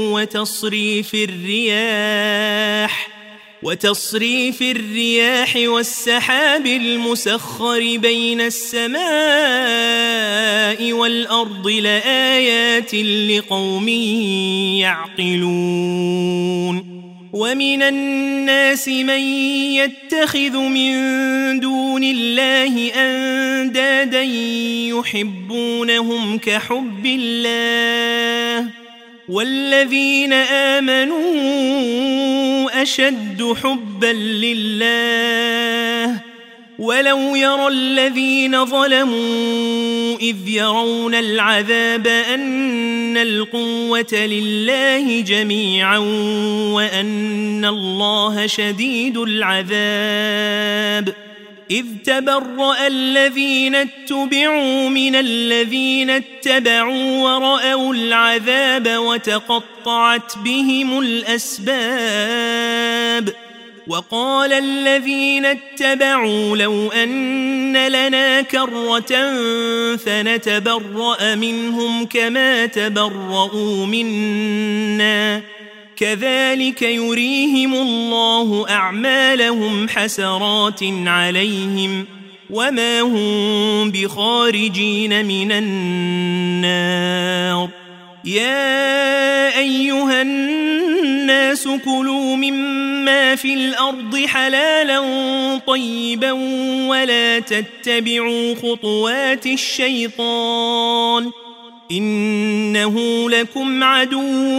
وتصريف الرياح والسحاب المسخر بين السماء والأرض لآيات لقوم يعقلون ومن الناس من يتخذ من دون الله أندادا يحبونهم كحب الله والذين آمنوا أشد حبا لله ولو يرى الذين ظلموا إذ يرون العذاب أن القوة لله جميعا وأن الله شديد العذاب إذ تبرأ الذين اتبعوا من الذين اتبعوا ورأوا العذاب وتقطعت بهم الأسباب وقال الذين اتبعوا لو أن لنا كرة فنتبرأ منهم كما تبرؤوا منا كذلك يريهم الله أعمالهم حسرات عليهم وما هم بخارجين من النار يا أيها الناس كلوا مما في الأرض حلالا طيبا ولا تتبعوا خطوات الشيطان إنه لكم عدو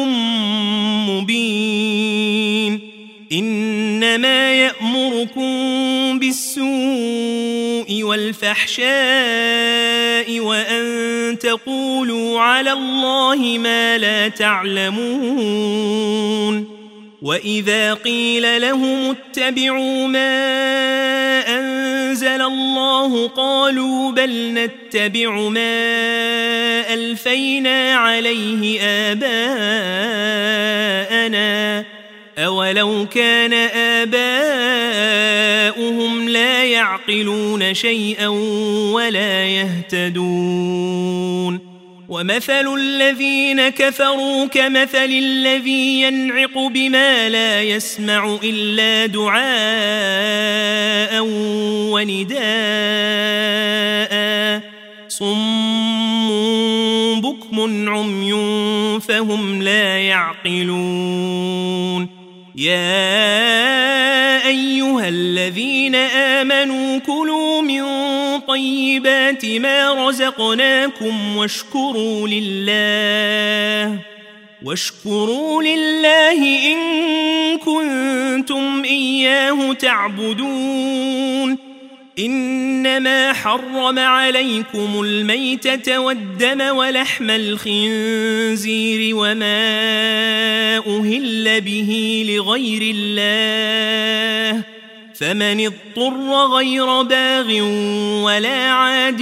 مبين إنما يأمركم بالسوء والفحشاء وأن تقولوا على الله ما لا تعلمون وإذا قيل لهم اتبعوا ما أنزل الله قالوا بل نتبع ما ألفينا عليه آباءنا أولو كان آباؤهم لا يعقلون شيئا ولا يهتدون ومثل الذين كفروا كمثل الذي ينعق بما لا يسمع إلا دعاء ونداء صم بكم عمي فهم لا يعقلون يا أيها الذين آمنوا كلوا من طيبات ما رزقناكم واشكروا لله إن كنتم إياه تعبدون إنما حرم عليكم الميتة والدم ولحم الخنزير وما أهل به لغير الله فمن اضطر غير باغ ولا عاد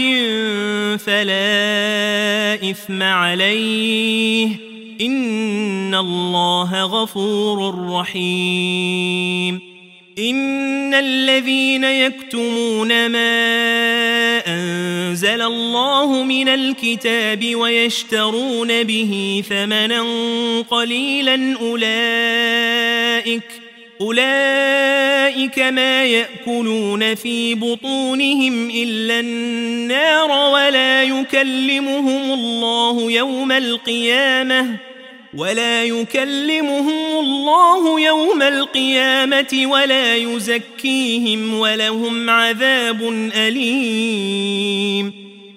فلا إثم عليه إن الله غفور رحيم إن الذين يكتمون ما أنزل الله من الكتاب ويشترون به ثمنا قليلا أولئك ما يأكلون في بطونهم إلا النار ولا يكلمهم الله يوم القيامة ولا يزكيهم ولهم عذاب أليم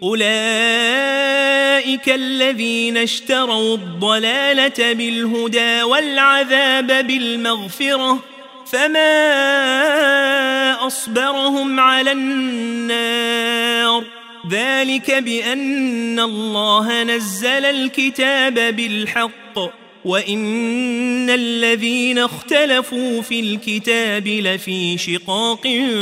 أولئك الذين اشتروا الضلالة بالهدى والعذاب بالمغفرة فما أصبرهم على النار ذلك بأن الله نزل الكتاب بالحق وإن الذين اختلفوا في الكتاب لفي شقاق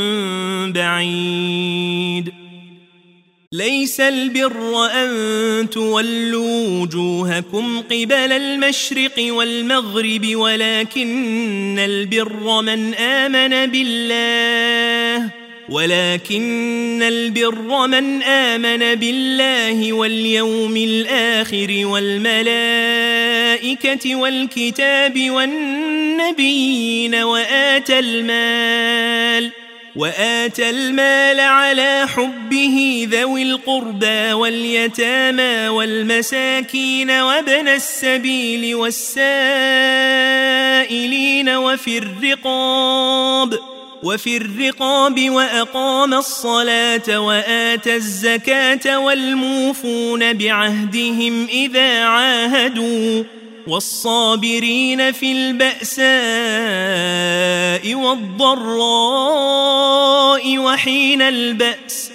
بعيد ليس البر أن تولوا وجوهكم قبل المشرق والمغرب ولكن البر من آمن بالله واليوم الآخر والملائكة والكتاب والنبيين وآتى المال على حبه ذوي القربى واليتامى والمساكين وابن السبيل والسائلين وفي الرقاب وأقام الصلاة وآتى الزكاة والموفون بعهدهم إذا عاهدوا والصابرين في البأساء والضراء وحين البأس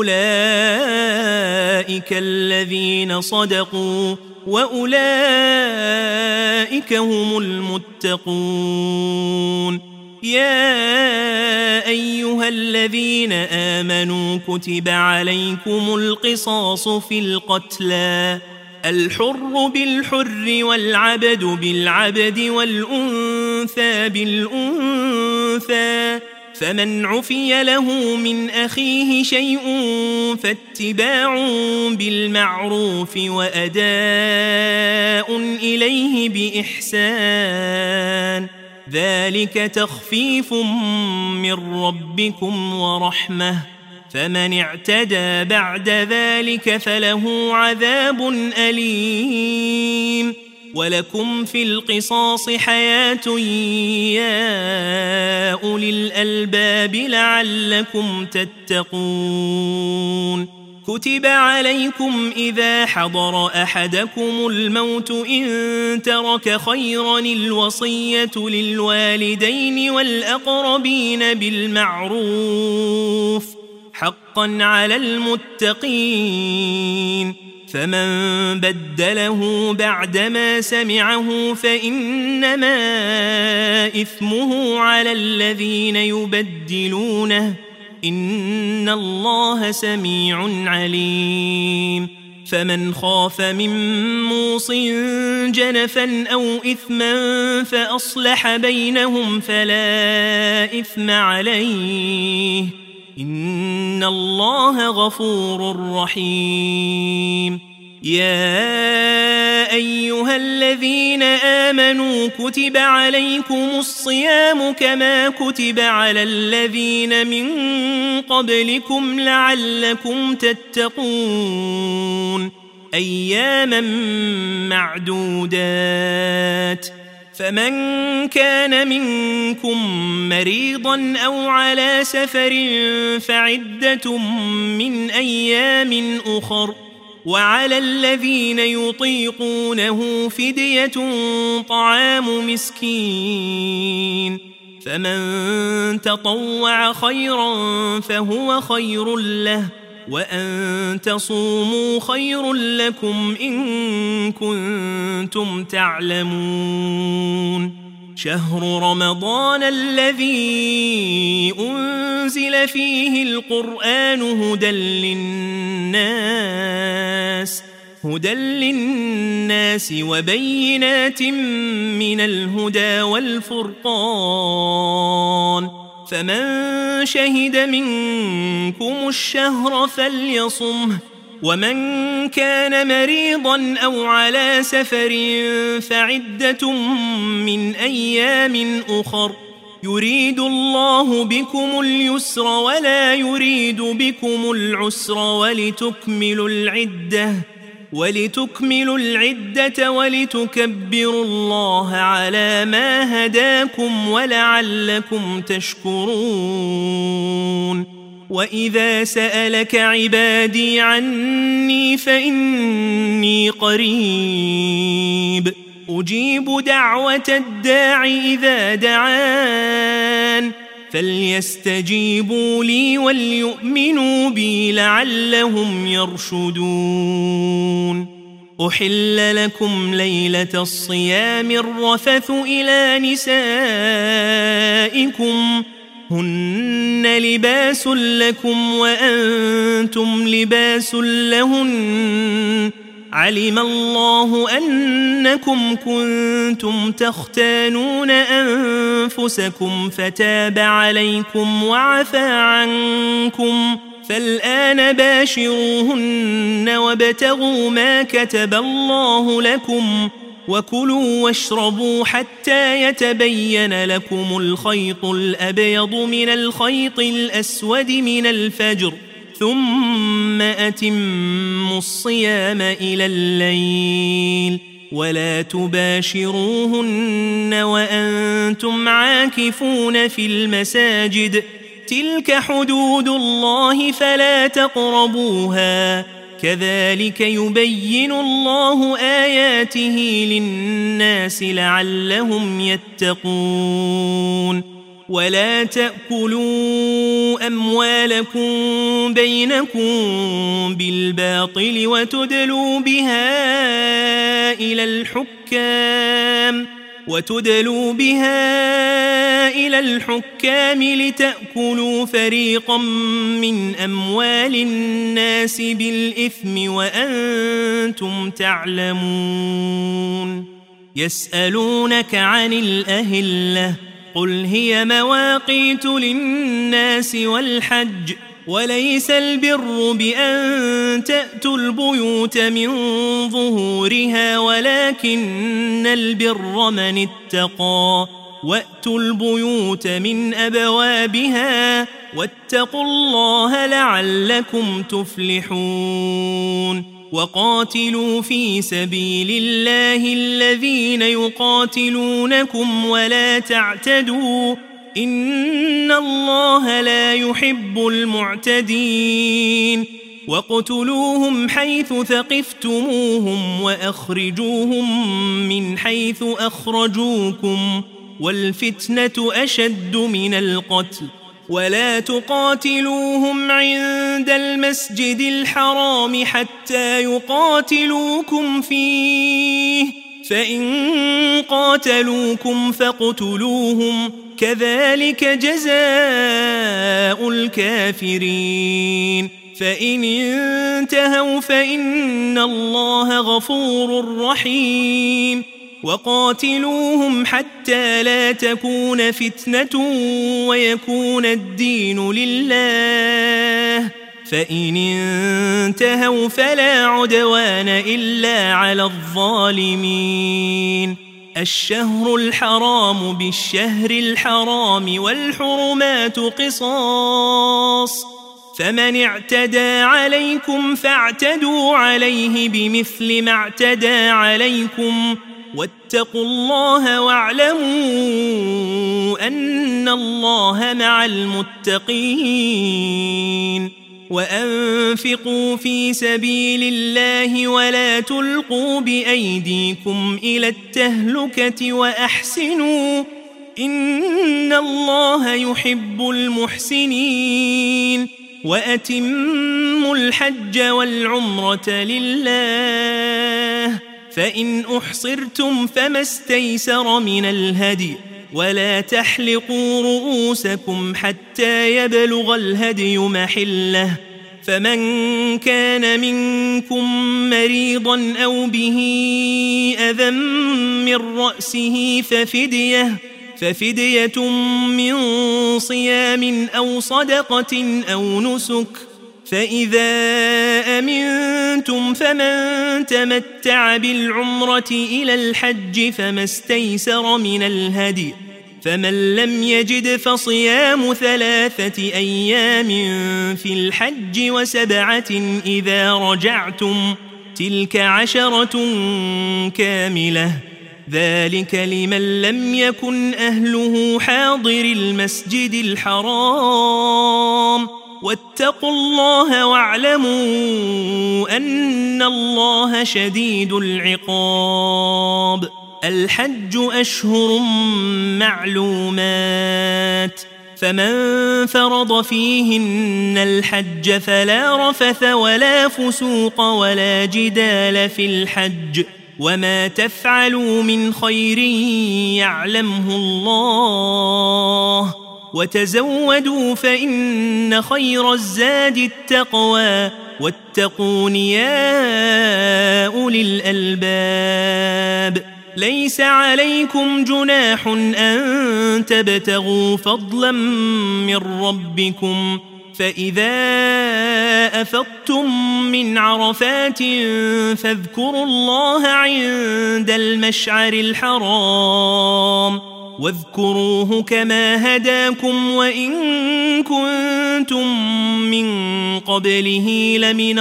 أولئك الذين صدقوا وأولئك هم المتقون يا أيها الذين آمنوا كتب عليكم القصاص في القتلى الحر بالحر والعبد بالعبد والأنثى بالأنثى، فمن عفي له من أخيه شيء فاتباع بالمعروف وأداء إليه بإحسان، ذلك تخفيف من ربكم ورحمة، فمن اعتدى بعد ذلك فله عذاب أليم. ولكم في القصاص حياة يا أولي الألباب لعلكم تتقون. كتب عليكم إذا حضر أحدكم الموت إن ترك خيرا الوصية للوالدين والأقربين بالمعروف حقا على المتقين، فمن بدله بعدما سمعه فإنما إثمه على الذين يبدلونه، إن الله سميع عليم. فمن خاف من موص جنفا أو إثما فأصلح بينهم فلا إثم عليه، إن الله غفور رحيم. يا أيها الذين آمنوا كتب عليكم الصيام كما كتب على الذين من قبلكم لعلكم تتقون، أياما معدودات، فمن كان منكم مريضا أو على سفر فعدة من أيام أخر، وعلى الذين يطيقونه فدية طعام مسكين، فمن تطوع خيرا فهو خير له، وأن تصوموا خير لكم إن كنتم تعلمون. شهر رمضان الذي أنزل فيه القرآن هدى للناس وبينات من الهدى والفرقان، فمن شهد منكم الشهر فليصمه، ومن كان مريضا أو على سفر فعدة من أيام أخر، يريد الله بكم اليسر ولا يريد بكم العسر ولتكملوا العدة ولتكبروا الله على ما هداكم ولعلكم تشكرون. وإذا سألك عبادي عني فإني قريب أجيب دعوة الداع إذا دعان، فليستجيبوا لي وليؤمنوا بي لعلهم يرشدون. أحل لكم ليلة الصيام الرفث إلى نسائكم هن لباس لكم وأنتم لباس لهن، علم الله أنكم كنتم تختانون أنفسكم فتاب عليكم وعفى عنكم، فالآن باشروهن وابتغوا ما كتب الله لكم، وكلوا واشربوا حتى يتبين لكم الخيط الأبيض من الخيط الأسود من الفجر، ثم أتموا الصيام إلى الليل، ولا تباشروهن وأنتم عاكفون في المساجد، تلك حدود الله فلا تقربوها، كذلك يبين الله آياته للناس لعلهم يتقون. ولا تأكلوا أموالكم بينكم بالباطل وتدلوا بها إلى الحكام وتدلوا بها إلى الحكام لتأكلوا فريقا من أموال الناس بالإثم وأنتم تعلمون. يسألونك عن الأهلة قل هي مواقيت للناس والحج وليس البر بأن تأتوا البيوت من ظهورها ولكن البر من اتقى وأتوا البيوت من أبوابها واتقوا الله لعلكم تفلحون. وقاتلوا في سبيل الله الذين يقاتلونكم ولا تعتدوا إن الله لا يحب المعتدين. واقتلوهم حيث ثقفتموهم وأخرجوهم من حيث أخرجوكم والفتنة أشد من القتل ولا تقاتلوهم عند المسجد الحرام حتى يقاتلوكم فيه فإن قاتلوكم فاقتلوهم كذلك جزاء الكافرين. فإن انتهوا فإن الله غفور رحيم. وقاتلوهم حتى لا تكون فتنة ويكون الدين لله فإن انتهوا فلا عدوان إلا على الظالمين. الشهر الحرام بالشهر الحرام والحرمات قصاص فمن اعتدى عليكم فاعتدوا عليه بمثل ما اعتدى عليكم واتقوا الله واعلموا أن الله مع المتقين. وأنفقوا في سبيل الله ولا تلقوا بأيديكم إلى التهلكة وأحسنوا إن الله يحب المحسنين. وأتموا الحج والعمرة لله فإن أحصرتم فما استيسر من الهدي ولا تحلقوا رؤوسكم حتى يبلغ الهدي محله فمن كان منكم مريضا أو به أذى من رأسه ففدية من صيام أو صدقة أو نسك فإذا أمنتم فمن تمتع بالعمرة إلى الحج فما استيسر من الهدي فمن لم يجد فصيام 3 أيام في الحج و7 إذا رجعتم تلك 10 كاملة ذلك لمن لم يكن أهله حاضر المسجد الحرام واتقوا الله واعلموا أن الله شديد العقاب. الحج أشهر معلومات فمن فرض فيهن الحج فلا رفث ولا فسوق ولا جدال في الحج وما تفعلوا من خير يعلمه الله وتزودوا فإن خير الزاد التقوى واتقون يا أولي الألباب. ليس عليكم جناح أن تبتغوا فضلا من ربكم فإذا أفضتم من عرفات فاذكروا الله عند المشعر الحرام واذكروه كما هداكم وإن كنتم من قبله لمن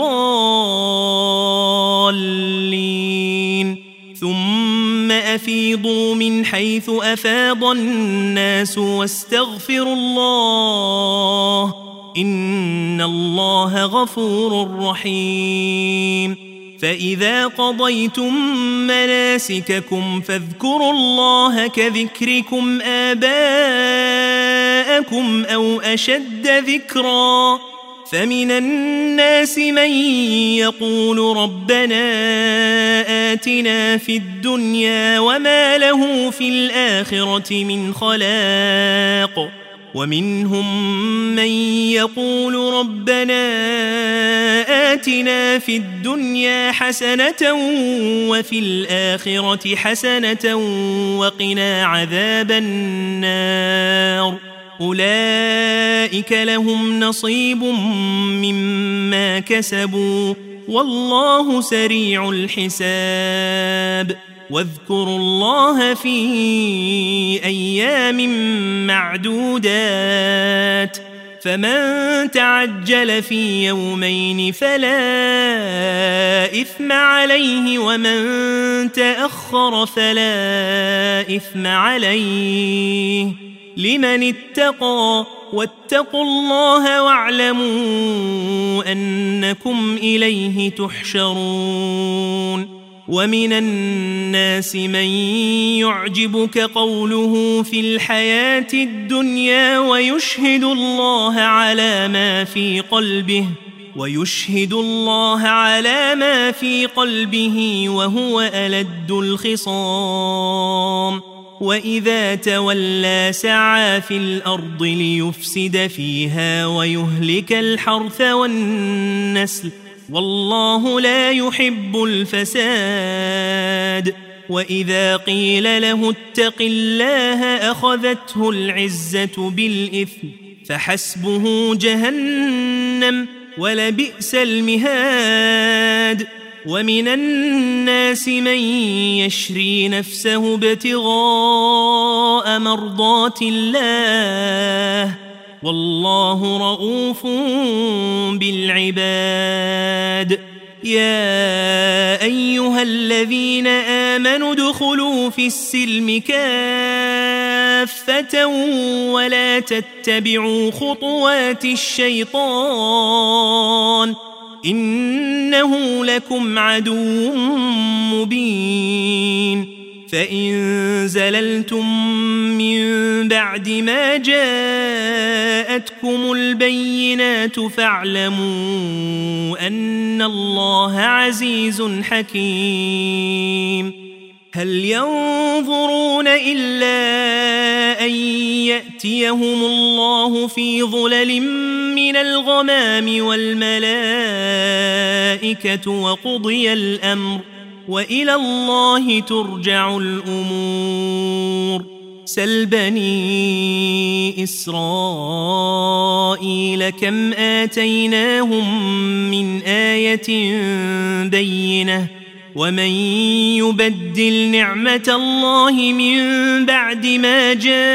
الضالين. ثم أفيضوا من حيث أفاض الناس واستغفروا الله إن الله غفور رحيم. فإذا قضيتم مناسككم فاذكروا الله كذكركم آباءكم أو أشد ذكرا فمن الناس من يقول ربنا آتنا في الدنيا وما له في الآخرة من خلاق ومنهم من يقول ربنا آتنا في الدنيا حسنة وفي الآخرة حسنة وقنا عذاب النار أولئك لهم نصيب مما كسبوا والله سريع الحساب واذكروا الله في أيام معدودات فمن تعجل في يومين فلا إثم عليه ومن تأخر فلا إثم عليه لمن اتقى واتقوا الله واعلموا أنكم إليه تحشرون ومن الناس من يعجبك قوله في الحياة الدنيا ويشهد الله على ما في قلبه وهو ألد الخصام وإذا تولى سعى في الأرض ليفسد فيها ويهلك الحرث والنسل والله لا يحب الفساد وإذا قيل له اتق الله أخذته العزة بالإثم فحسبه جهنم ولبئس المهاد ومن الناس من يشري نفسه ابتغاء مرضات الله والله رؤوف بالعباد يا أيها الذين آمنوا ادخلوا في السلم كافة ولا تتبعوا خطوات الشيطان إنه لكم عدو مبين فإن زللتم من بعد ما جاءتكم البينات فاعلموا أن الله عزيز حكيم هل ينظرون إلا أن يأتيهم الله في ظلل من الغمام والملائكة وقضي الأمر وإلى الله ترجع الأمور سل بني إسرائيل كم آتيناهم من آية بينة ومن يبدل نعمة الله من بعد ما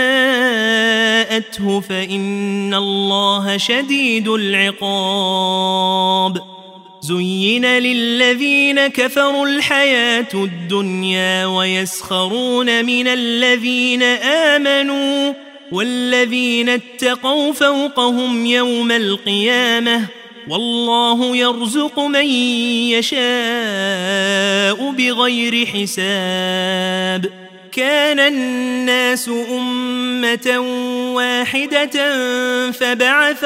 جاءته فإن الله شديد العقاب زين للذين كفروا الحياة الدنيا ويسخرون من الذين آمنوا والذين اتقوا فوقهم يوم القيامة والله يرزق من يشاء بغير حساب كان الناس أمة واحدة فبعث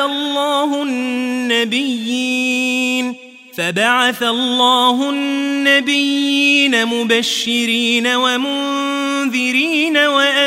الله النبيين مبشرين ومنذرين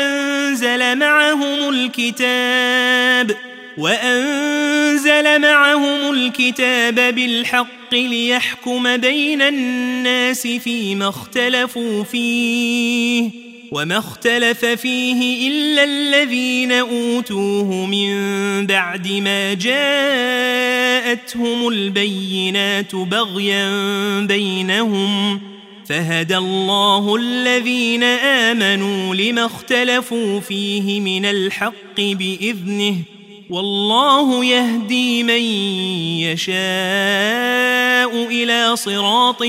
وأنزل معهم الكتاب بالحق ليحكم بين الناس فيما اختلفوا فيه وما اختلف فيه إلا الذين أوتوه من بعد ما جاءتهم البينات بغيا بينهم فهدى الله الذين آمنوا لما اختلفوا فيه من الحق بإذنه والله يهدي من يشاء إلى صراط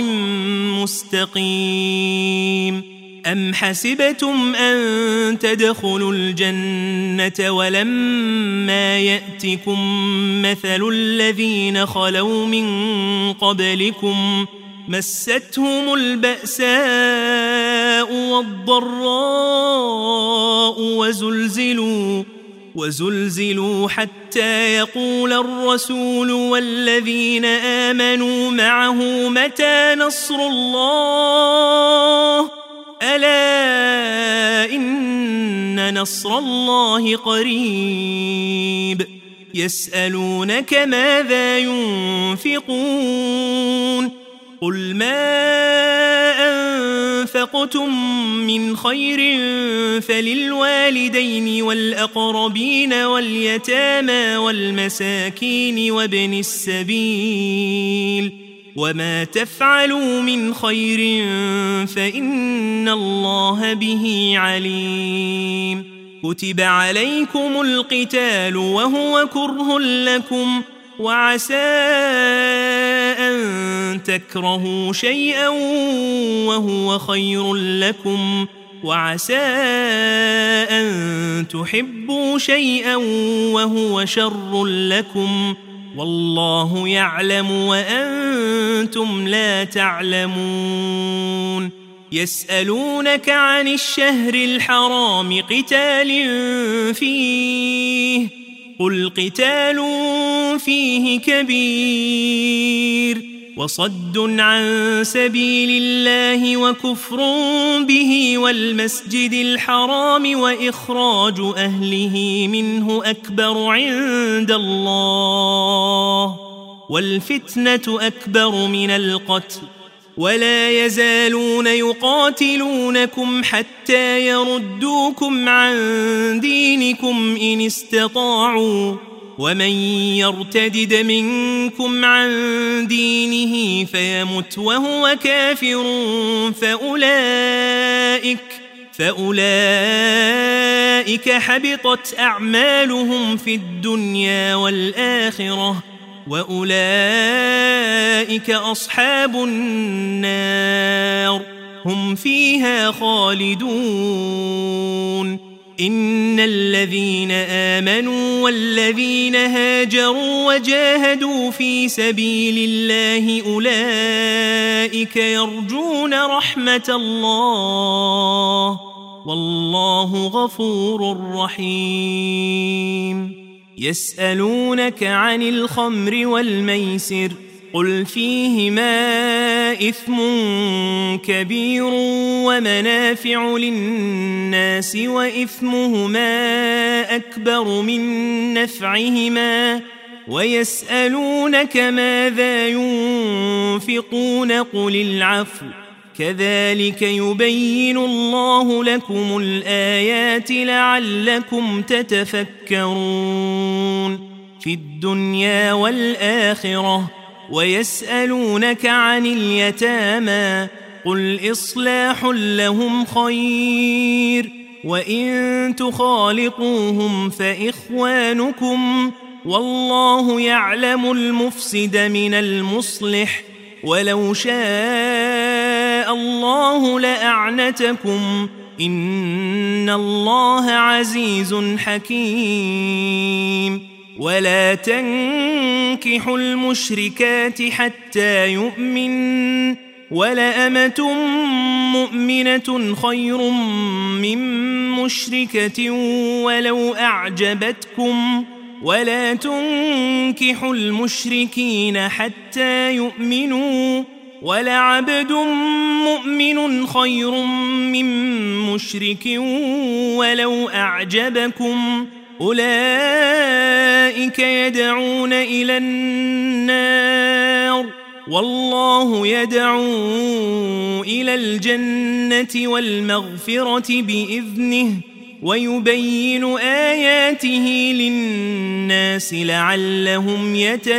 مستقيم أم حسبتم أن تدخلوا الجنة ولما يأتكم مثل الذين خلوا من قبلكم مستهم البأساء والضراء وزلزلوا حتى يقول الرسول والذين آمنوا معه متى نصر الله ألا إن نصر الله قريب يسألونك ماذا ينفقون قل ما أنفقتم من خير فللوالدين والأقربين واليتامى والمساكين وابن السبيل وما تفعلوا من خير فإن الله به عليم كتب عليكم القتال وهو كره لكم وعسى أن تكرهوا شيئا وهو خير لكم وعسى أن تحبوا شيئا وهو شر لكم والله يعلم وأنتم لا تعلمون يسألونك عن الشهر الحرام قتال فيه قل قتال فيه كبير وصد عن سبيل الله وكفر به والمسجد الحرام وإخراج أهله منه أكبر عند الله والفتنة أكبر من القتل ولا يزالون يقاتلونكم حتى يردوكم عن دينكم إن استطاعوا ومن يرتدد منكم عن دينه فيمت وهو كافر فأولئك حبطت أعمالهم في الدنيا والآخرة وأولئك أصحاب النار هم فيها خالدون إن الذين آمنوا والذين هاجروا وجاهدوا في سبيل الله أولئك يرجون رحمة الله والله غفور رحيم يسألونك عن الخمر والميسر قل فيهما إثم كبير ومنافع للناس وإثمهما أكبر من نفعهما ويسألونك ماذا ينفقون قل العفو كذلك يبين الله لكم الآيات لعلكم تتفكرون في الدنيا والآخرة ويسألونك عن اليتامى قل إصلاح لهم خير وإن تخالطوهم فإخوانكم والله يعلم المفسد من المصلح ولو شاء الله لأعنتكم إن الله عزيز حكيم ولا تنكحوا المشركات حتى يؤمن ولأمة مؤمنة خير من مشركة ولو أعجبتكم ولا تنكحوا المشركين حتى يؤمنوا ولعبد مؤمن خير من مشرك ولو أعجبكم أولئك يدعون إلى النار والله يدعو إلى الجنة والمغفرة بإذنه ويبين آياته للناس لعلهم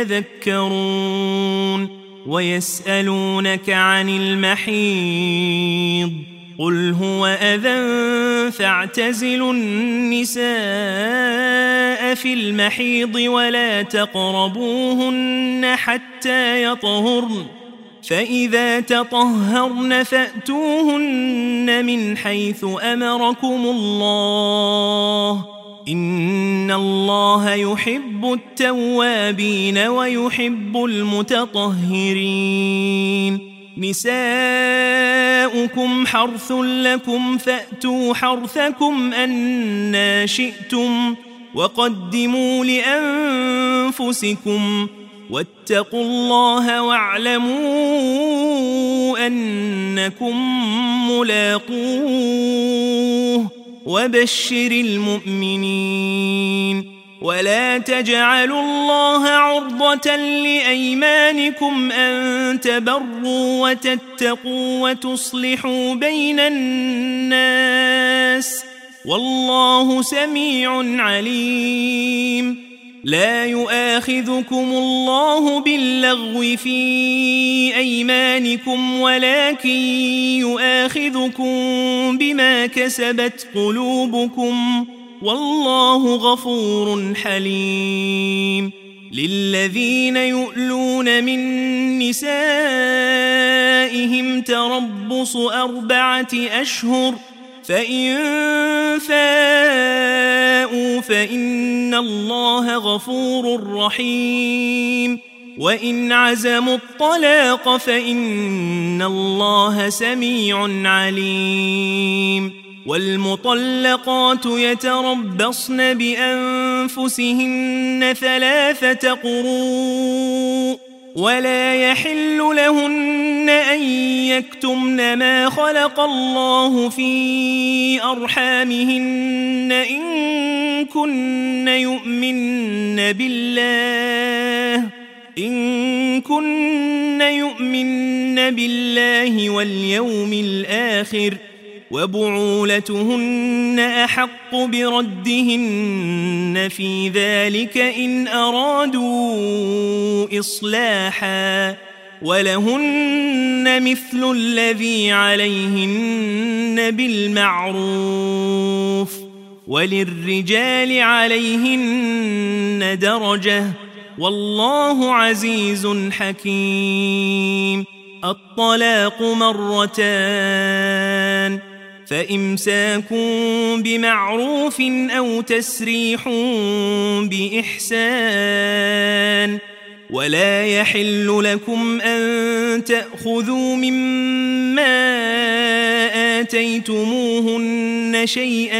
يتذكرون ويسألونك عن المحيض قل هو أذى فاعتزلوا النساء في المحيض ولا تقربوهن حتى يطهرن فإذا تطهرن فأتوهن من حيث أمركم الله إن الله يحب التوابين ويحب المتطهرين نساؤكم حرث لكم فأتوا حرثكم أنى شئتم وقدموا لأنفسكم واتقوا الله واعلموا أنكم ملاقوه وبشر المؤمنين ولا تجعلوا الله عرضة لأيمانكم أن تبروا وتتقوا وتصلحوا بين الناس والله سميع عليم لا يؤاخذكم الله باللغو في أيمانكم ولكن يؤاخذكم بما كسبت قلوبكم والله غفور حليم للذين يؤلون من نسائهم تربص 4 أشهر فإن فاءوا فإن الله غفور رحيم وإن عزموا الطلاق فإن الله سميع عليم والمطلقات يتربصن بأنفسهن 3 قروء ولا يحل لهن أن يكتمن ما خلق الله في أرحامهن إن كن يؤمن بالله واليوم الآخر وبعولتهن أحق بردهن في ذلك إن أرادوا إصلاحا ولهن مثل الذي عليهن بالمعروف وللرجال عليهن درجة والله عزيز حكيم الطلاق 2 فإمساك بمعروف أو تسريح بإحسان ولا يحل لكم أن تأخذوا مما آتيتموهن شيئا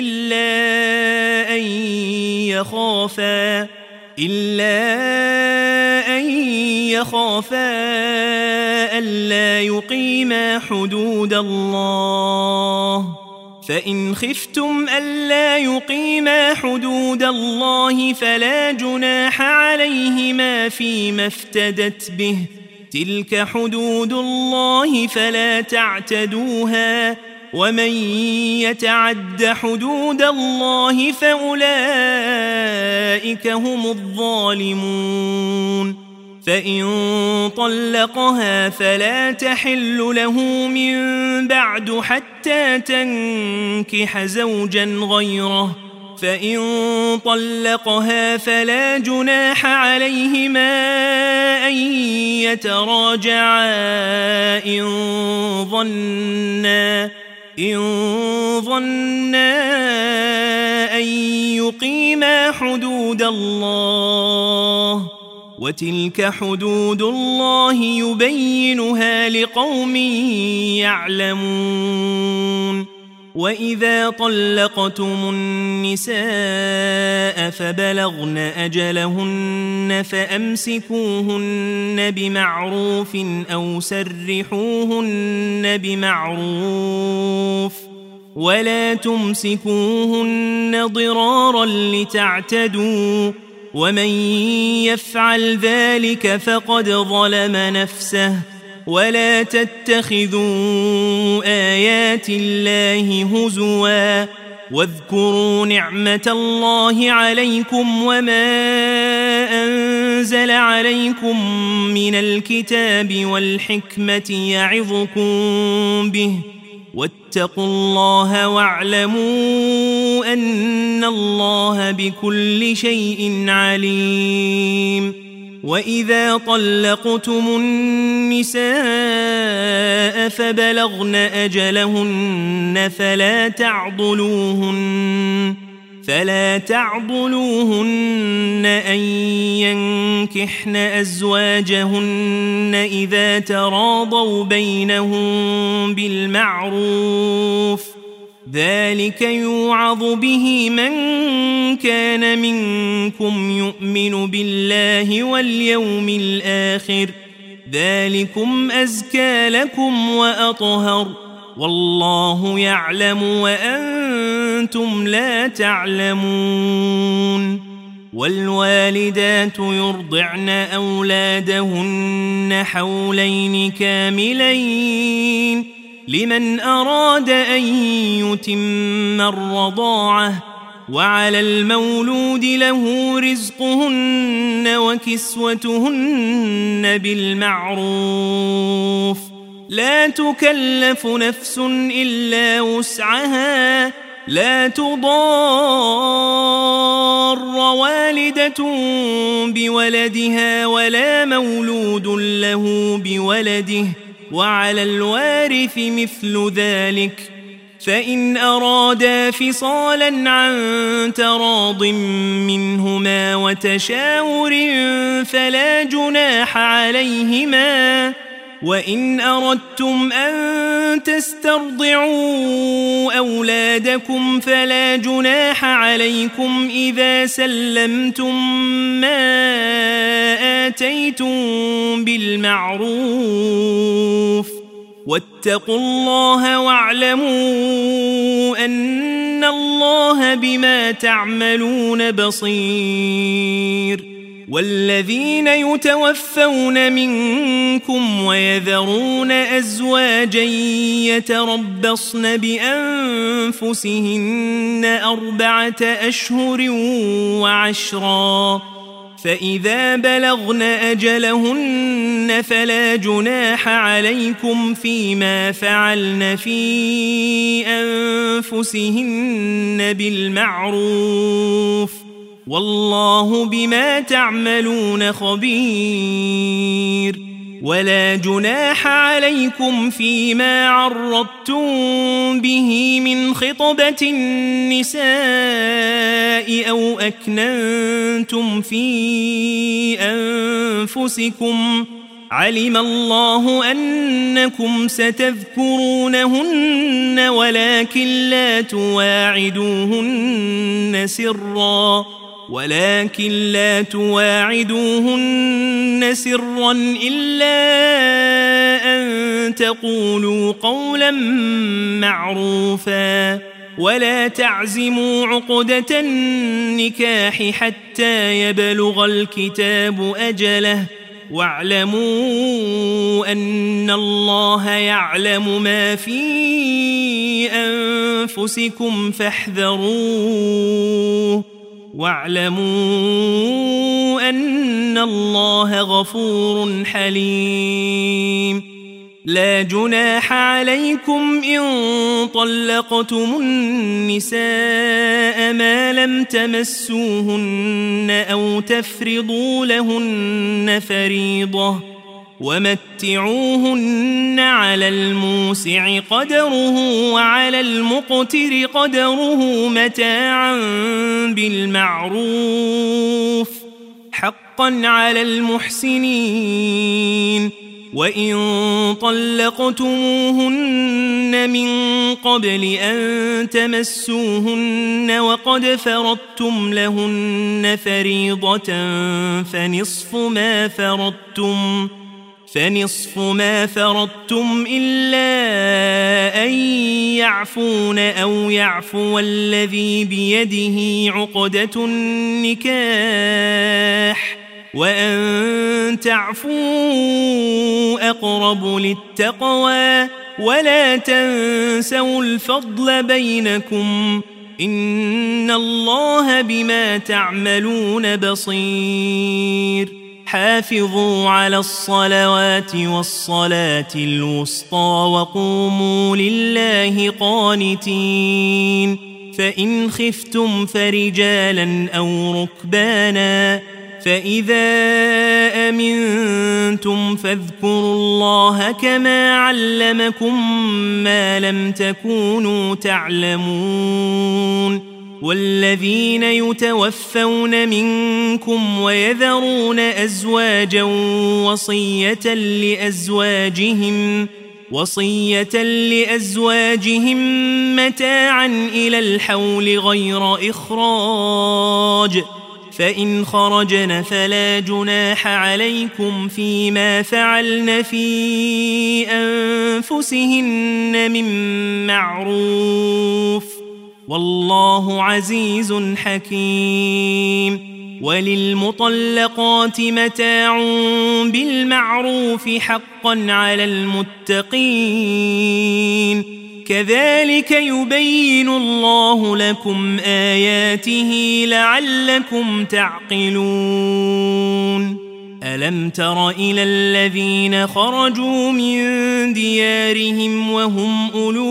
إلا أن يخافا ألا يقيما حدود الله فإن خفتم ألا يقيما حدود الله فلا جناح عليهما فيما افتدت به تلك حدود الله فلا تعتدوها ومن يتعد حدود الله فأولئك هم الظالمون فإن طلقها فلا تحل له من بعد حتى تنكح زوجا غيره فإن طلقها فلا جناح عليهما أن يتراجعا إن ظنا أن يقيما حدود الله وتلك حدود الله يبينها لقوم يعلمون وإذا طلقتم النساء فبلغن أجلهن فأمسكوهن بمعروف أو سرحوهن بمعروف ولا تمسكوهن ضرارا لتعتدوا ومن يفعل ذلك فقد ظلم نفسه ولا تتخذوا آيات الله هزوا واذكروا نعمة الله عليكم وما أنزل عليكم من الكتاب والحكمة يعظكم به واتقوا الله واعلموا أن الله بكل شيء عليم وإذا طلقتم النساء فبلغن أجلهن فلا تعضلوهن أن ينكحن أزواجهن إذا تراضوا بينهم بالمعروف ذلك يوعظ به من كان منكم يؤمن بالله واليوم الآخر ذلكم أزكى لكم وأطهر والله يعلم وأنتم لا تعلمون والوالدات يرضعن أولادهن حولين كاملين لمن أراد أن يتم الرضاعة وعلى المولود له رزقهن وكسوتهن بالمعروف لا تكلف نفس إلا وسعها لا تضار والدة بولدها ولا مولود له بولده وعلى الوارث مثل ذلك فإن أرادا فصالا عن تراض منهما وتشاور فلا جناح عليهما وإن أردتم أن تسترضعوا أولادكم فلا جناح عليكم إذا سلمتم ما آتيتم بالمعروف واتقوا الله واعلموا أن الله بما تعملون بصير والذين يتوفون منكم ويذرون أزواجا يتربصن بأنفسهن 4 أشهر و10 فإذا بلغن أجلهن فلا جناح عليكم فيما فعلن في أنفسهن بالمعروف والله بما تعملون خبير ولا جناح عليكم فيما عرضتم به من خطبة النساء أو أكننتم في أنفسكم علم الله أنكم ستذكرونهن ولكن لا تواعدوهن سرا إلا أن تقولوا قولا معروفا ولا تعزموا عقدة النكاح حتى يبلغ الكتاب أجله واعلموا أن الله يعلم ما في أنفسكم فاحذروه واعلموا أن الله غفور حليم لا جناح عليكم إن طلقتم النساء ما لم تمسوهن أو تفرضوا لهن فريضة ومتعوهن على الموسع قدره وعلى المقتر قدره متاعا بالمعروف حقا على المحسنين وإن طلقتموهن من قبل أن تمسوهن وقد فرضتم لهن فريضة فنصف ما فرضتم إلا أن يعفون أو يعفو الذي بيده عقدة النكاح وأن تعفوا أقرب للتقوى ولا تنسوا الفضل بينكم إن الله بما تعملون بصير حافظوا على الصلوات والصلاة الوسطى وقوموا لله قانتين فإن خفتم فرجالا أو ركبانا فإذا أمنتم فاذكروا الله كما علمكم ما لم تكونوا تعلمون والذين يتوفون منكم ويذرون أزواجا وصية وصية لأزواجهم متاعا إلى الحول غير إخراج، فإن خرجن فلا جناح عليكم فيما فعلن في أنفسهن من معروف، والله عزيز حكيم. وللمطلقات متاع بالمعروف حقا على المتقين، كذلك يبين الله لكم آياته لعلكم تعقلون. ألم تر إلى الذين خرجوا من ديارهم وهم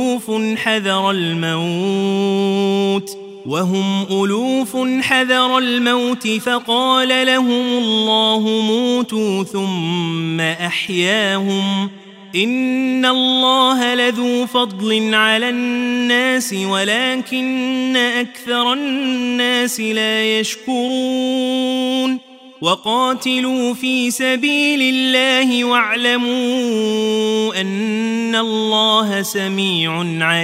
ألوف حذر الموت فقال لهم الله موتوا ثم أحياهم، إن الله لذو فضل على الناس ولكن أكثر الناس لا يشكرون. وقاتلوا في سبيل الله واعلموا أن الله سميع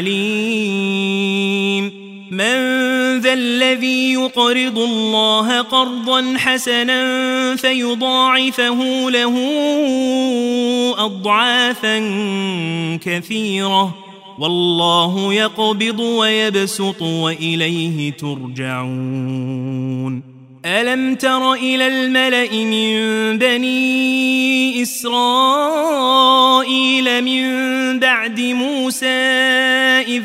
عليم. من ذا الذي يقرض الله قرضا حسنا فيضاعفه له أضعافا كثيرة، والله يقبض ويبسط وإليه ترجعون. ألم تر إلى الملأ من بني إسرائيل من بعد موسى إذ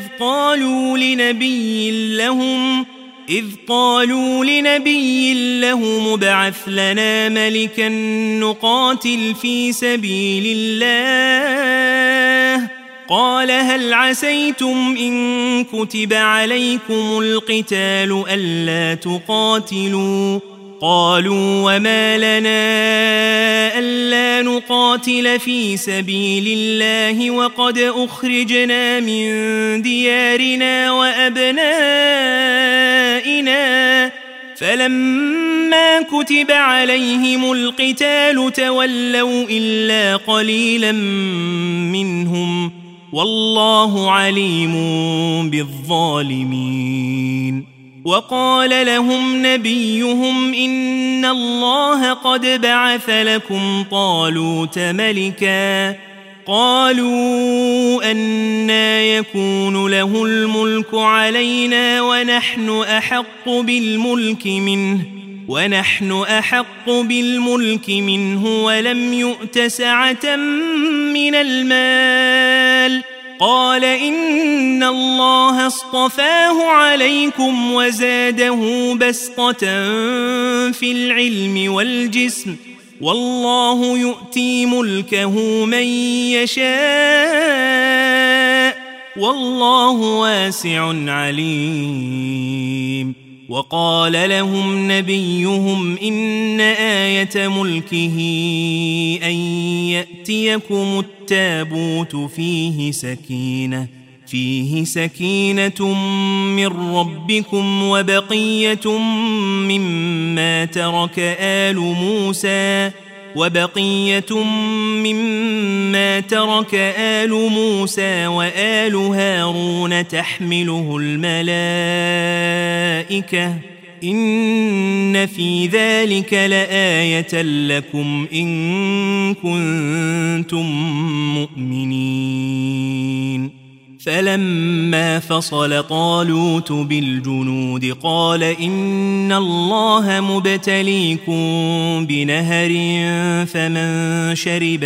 قالوا لنبي له ابعث لنا ملكا نقاتل في سبيل الله، قال هل عسيتم إن كتب عليكم القتال ألا تقاتلوا؟ قالوا وما لنا ألا نقاتل في سبيل الله وقد أخرجنا من ديارنا وأبنائنا، فلما كتب عليهم القتال تولوا إلا قليلا منهم، والله عليم بالظالمين. وقال لهم نبيهم إن الله قد بعث لكم طالوت ملكا، قالوا أنى يكون له الملك علينا ونحن أحق بالملك منه ولم يؤت سعة من المال، قال إن الله اصطفاه عليكم وزاده بسطة في العلم والجسم، والله يؤتي ملكه من يشاء، والله واسع عليم. وقال لهم نبيهم إن آية ملكه أن يأتيكم التابوت فيه سكينة من ربكم وبقية مما ترك آل موسى وآل هارون تحمله الملائكة، إن في ذلك لآية لكم إن كنتم مؤمنين. فلما فصل طالوت بالجنود قال إن الله مبتليكم بنهر فمن شرب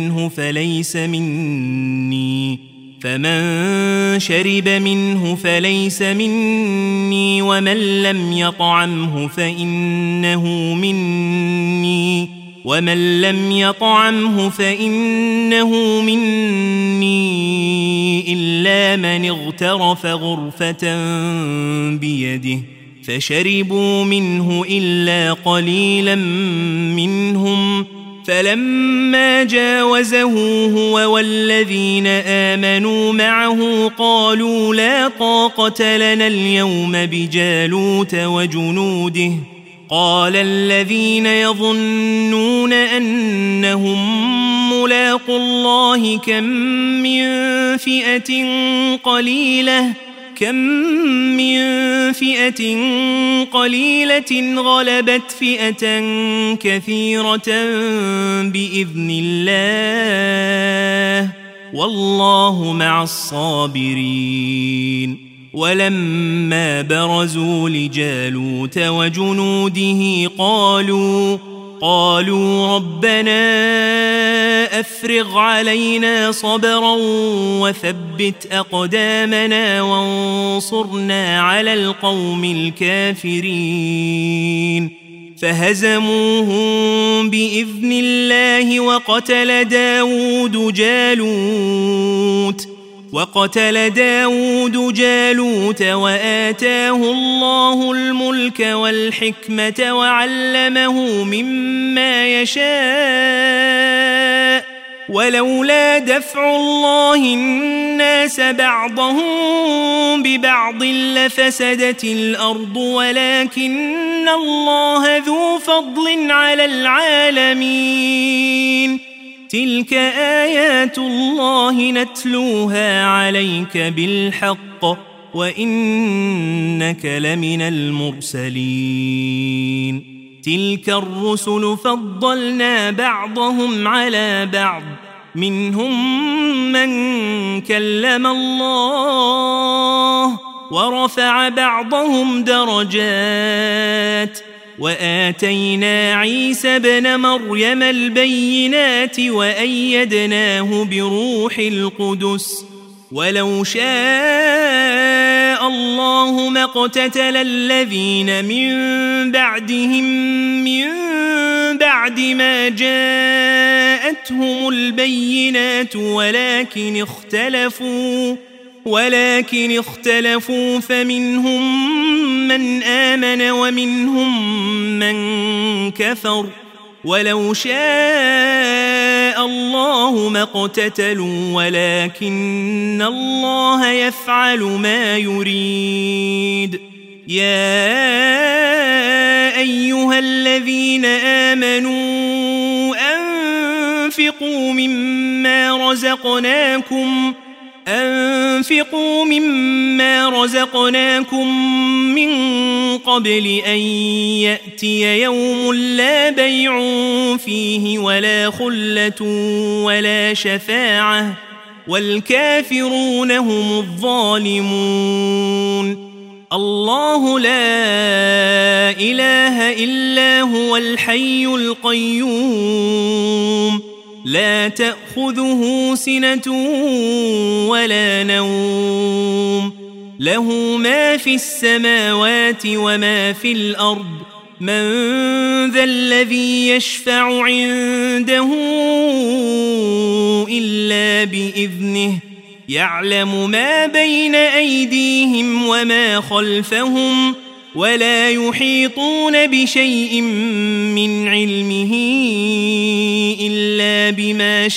منه فليس مني ومن لم يطعمه فإنه مني إلا من اغترف غرفة بيده، فشربوا منه إلا قليلا منهم، فلما جاوزه هو والذين آمنوا معه قالوا لا طاقة لنا اليوم بجالوت وجنوده، قال الذين يظنون أنهم ملاقوا الله كم من فئة قليلة غلبت فئة كثيرة بإذن الله والله مع الصابرين. ولما برزوا لجالوت وجنوده قالوا ربنا أفرغ علينا صبرا وثبت أقدامنا وانصرنا على القوم الكافرين. فهزموهم بإذن الله وقتل داود جالوت وآتاه الله الملك والحكمة وعلمه مما يشاء. ولولا دفع الله الناس بعضهم ببعض لفسدت الأرض ولكن الله ذو فضل على العالمين. تلك آيات الله نتلوها عليك بالحق وإنك لمن المرسلين. تلك الرسل فضلنا بعضهم على بعض منهم من كلم الله ورفع بعضهم درجات وآتينا عيسى ابن مريم البينات وأيدناه بروح القدس. ولو شاء الله ما اقتتل الذين من بعدهم من بعد ما جاءتهم البينات ولكن اختلفوا فمنهم من آمن ومنهم من كفر. ولو شاء الله ما اقتتلوا ولكن الله يفعل ما يريد. يا أيها الذين آمنوا أنفقوا مما رزقناكم من قبل أن يأتي يوم لا بيع فيه ولا خلة ولا شفاعة والكافرون هم الظالمون. الله لا إله إلا هو الحي القيوم لا تأخذه سنة ولا نوم له ما في السماوات وما في الأرض. من ذا الذي يشفع عنده إلا بإذنه يعلم ما بين أيديهم وما خلفهم ولا يحيطون بشيء من علمه إلا بما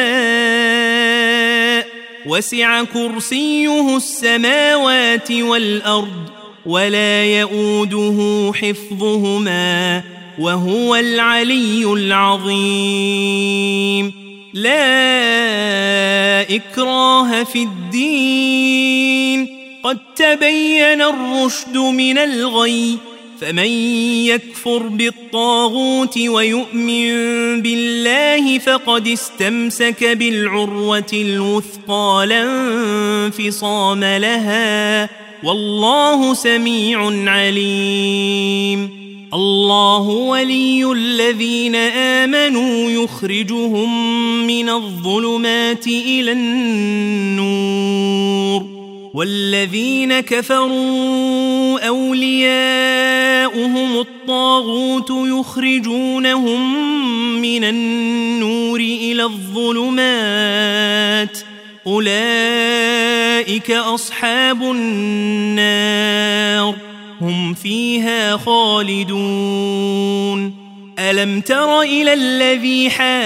شاء. وسع كرسيه السماوات والأرض ولا يؤوده حفظهما وهو العلي العظيم. لا إكراه في الدين قد تبين الرشد من الغي. فمن يكفر بالطاغوت ويؤمن بالله فقد استمسك بالعروة الوثقى لا انفصام لها والله سميع عليم. الله ولي الذين آمنوا يخرجهم من الظلمات إلى النور والذين كفروا أولياؤهم الطاغوت يخرجونهم من النور إلى الظلمات أولئك أصحاب النار هم فيها خالدون. ألم تر إلى الذي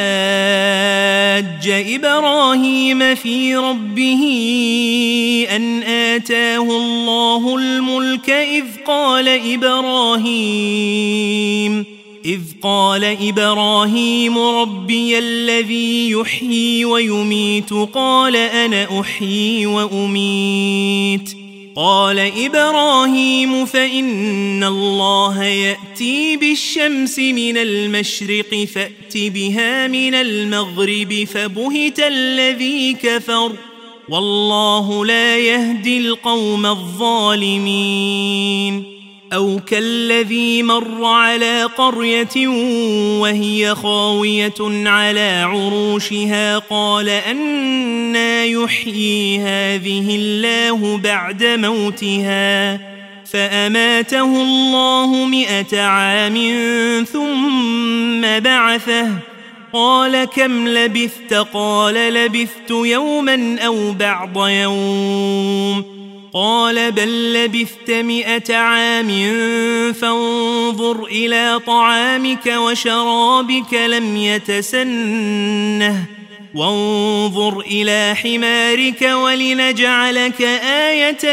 حاج إبراهيم في ربه أن آتاه الله الملك إذ إذ قال إبراهيم ربي الذي يحيي ويميت قال أنا أحيي وأميت قال إبراهيم فإن الله يأتي بالشمس من المشرق فأت بها من المغرب فبهت الذي كفر والله لا يهدي القوم الظالمين أو كالذي مر على قرية وهي خاوية على عروشها قال أنى يحيي هذه الله بعد موتها فأماته الله 100 عام ثم بعثه قال كم لبثت قال لبثت يوما أو بعض يوم قال بل لبثت 100 عام فانظر إلى طعامك وشرابك لم يتسنه وانظر إلى حمارك ولنجعلك آية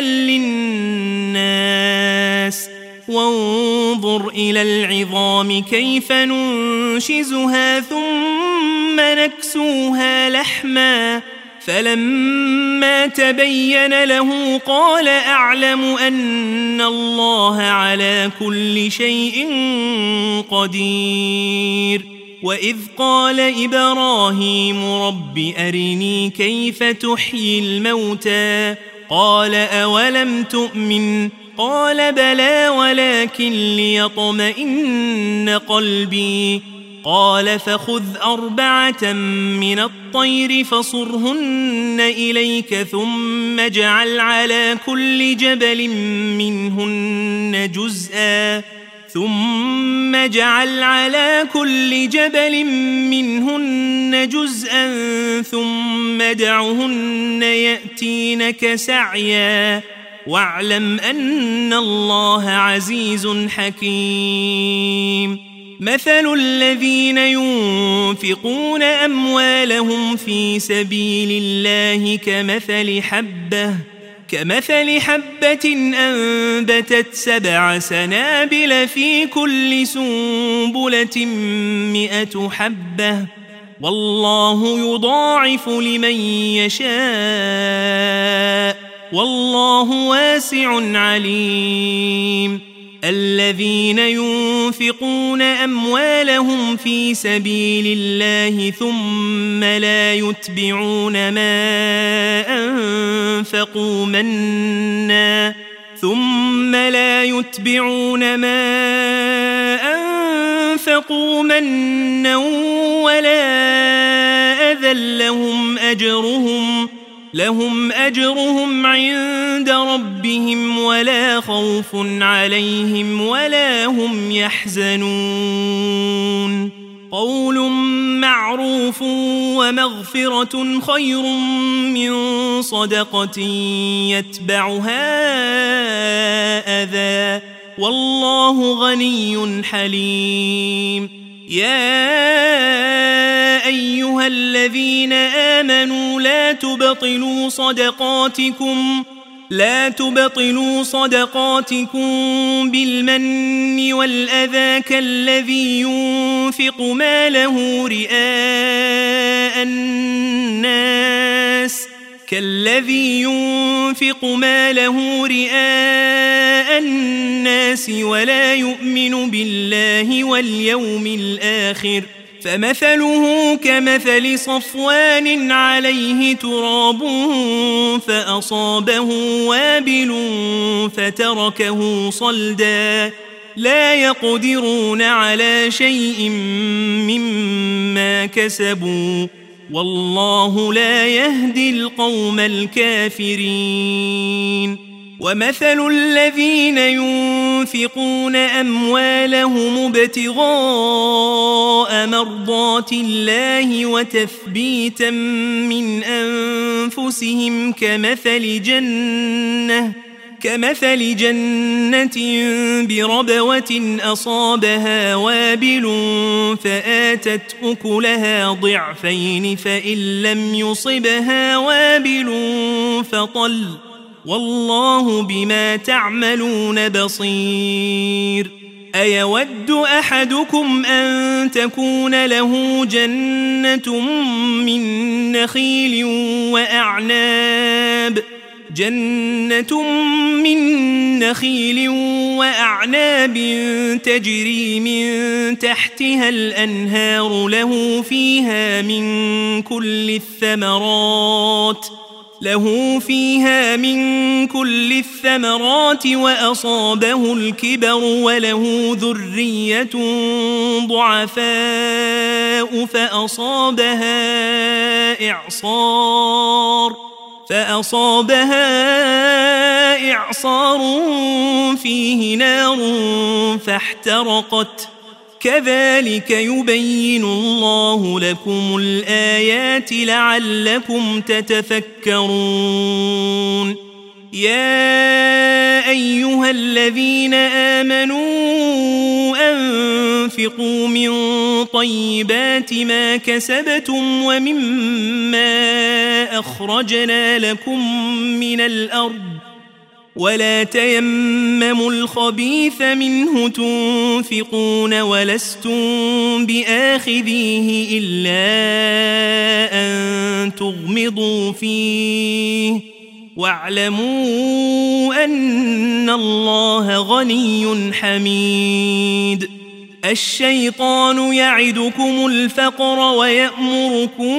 للناس وانظر إلى العظام كيف ننشزها ثم نكسوها لحما فلما تبين له قال أعلم أن الله على كل شيء قدير وإذ قال إبراهيم رب أرني كيف تحيي الموتى قال أولم تؤمن قال بلى ولكن ليطمئن قلبي قال فخذ 4 من الطير فصرهن إليك ثم اجعل على كل جبل منهن جزءا ثم دعهن يأتينك سعيا واعلم أن الله عزيز حكيم مثل الذين ينفقون أموالهم في سبيل الله كمثل حبة أنبتت 7 سنابل في كل سنبلة 100 حبة والله يضاعف لمن يشاء والله واسع عليم الذين ينفقون أموالهم في سبيل الله ثم لا يتبعون ما أنفقوا منا ولا أذى لهم أجرهم عند ربهم ولا خوف عليهم ولا هم يحزنون قول معروف ومغفرة خير من صدقة يتبعها أذى والله غني حليم يا أيها الذين آمنوا لا تبطلوا صدقاتكم بالمن والأذى كالذي ينفق ماله رئاء الناس ولا يؤمن بالله واليوم الآخر فمثله كمثل صفوان عليه تراب فأصابه وابل فتركه صلدا لا يقدرون على شيء مما كسبوا والله لا يهدي القوم الكافرين ومثل الذين ينفقون أموالهم ابتغاء مرضات الله وتثبيتا من أنفسهم كمثل جنة بربوة أصابها وابل فآتت أكلها ضعفين فإن لم يصبها وابل فطل والله بما تعملون بصير أيود أحدكم أن تكون له جنة من نخيل وأعناب تجري من تحتها الأنهار له فيها من كل الثمرات وأصابه الكبر وله ذرية ضعفاء فأصابها إعصار فيه نار فاحترقت كذلك يبين الله لكم الآيات لعلكم تتفكرون يا أيها الذين آمنوا أنفقوا من طيبات ما كسبتم ومما أخرجنا لكم من الأرض ولا تيمموا الخبيث منه تنفقون ولستم بآخذيه إلا أن تغمضوا فيه واعلموا أن الله غني حميد الشيطان يعدكم الفقر ويأمركم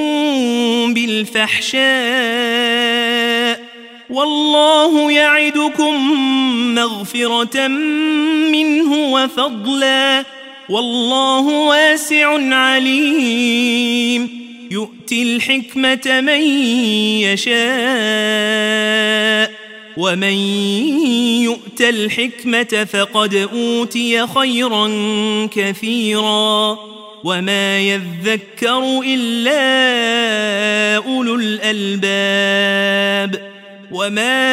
بالفحشاء والله يعدكم مغفرة منه وفضلا والله واسع عليم يؤتي الحكمة من يشاء ومن يؤت الحكمة فقد أوتي خيرا كثيرا وما يذكر إلا أولو الألباب وما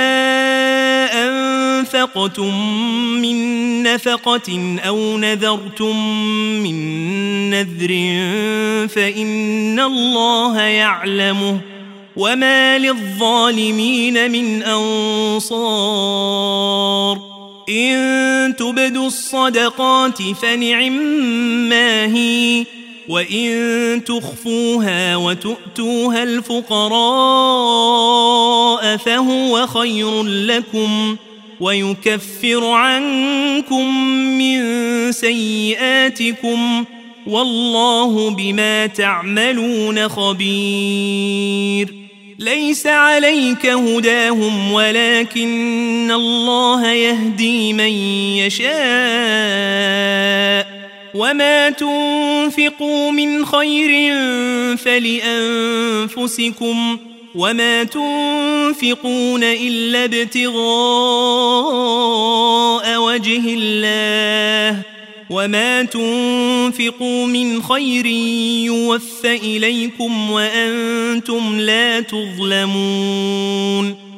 أنفقتم من نفقة أو نذرتم من نذر فإن الله يعلمه وما للظالمين من أنصار إن تبدوا الصدقات فنعما هي وإن تخفوها وتؤتوها الفقراء فهو خير لكم ويكفر عنكم من سيئاتكم والله بما تعملون خبير ليس عليك هداهم ولكن الله يهدي من يشاء وما تنفقوا من خير فلأنفسكم وما تنفقون إلا ابتغاء وجه الله وما تنفقوا من خير يوفى إليكم وأنتم لا تظلمون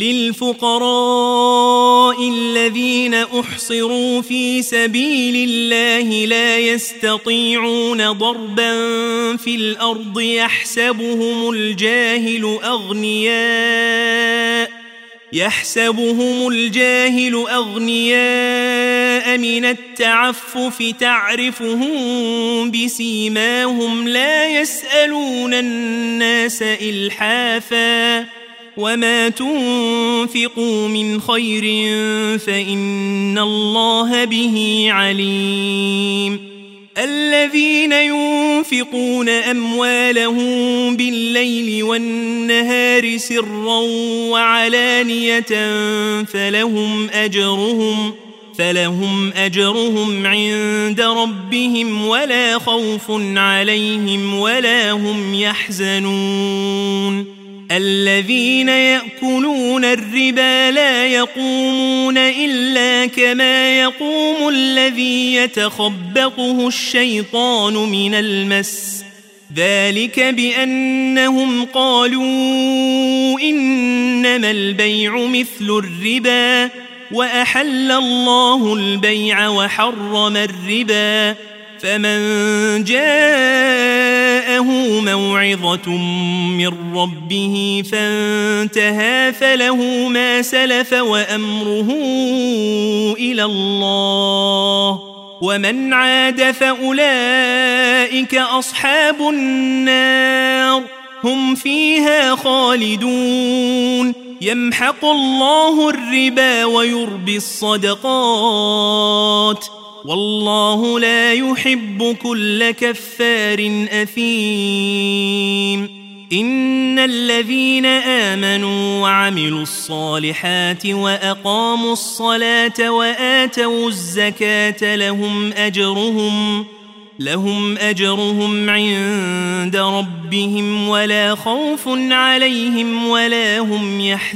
للفقراء الذين أحصروا في سبيل الله لا يستطيعون ضربا في الأرض يحسبهم الجاهل أغنياء من التعفف تعرفهم بسيماهم لا يسألون الناس إلحافا وما تنفقوا من خير فإن الله به عليم الذين ينفقون أموالهم بالليل والنهار سرا وعلانية فلهم أجرهم عند ربهم ولا خوف عليهم ولا هم يحزنون الذين يأكلون الربا لا يقومون إلا كما يقوم الذي يتخبطه الشيطان من المس ذلك بأنهم قالوا إنما البيع مثل الربا وأحل الله البيع وحرم الربا فمن جاءه موعظة من ربه فانتهى فله ما سلف وأمره إلى الله ومن عاد فأولئك أصحاب النار هم فيها خالدون يمحق الله الربا ويربي الصدقات والله لا يحب كل كفار أثيم إن الذين آمنوا وعملوا الصالحات وأقاموا الصلاة وآتوا الزكاة لهم أجرهم عند ربهم ولا خوف عليهم ولا هم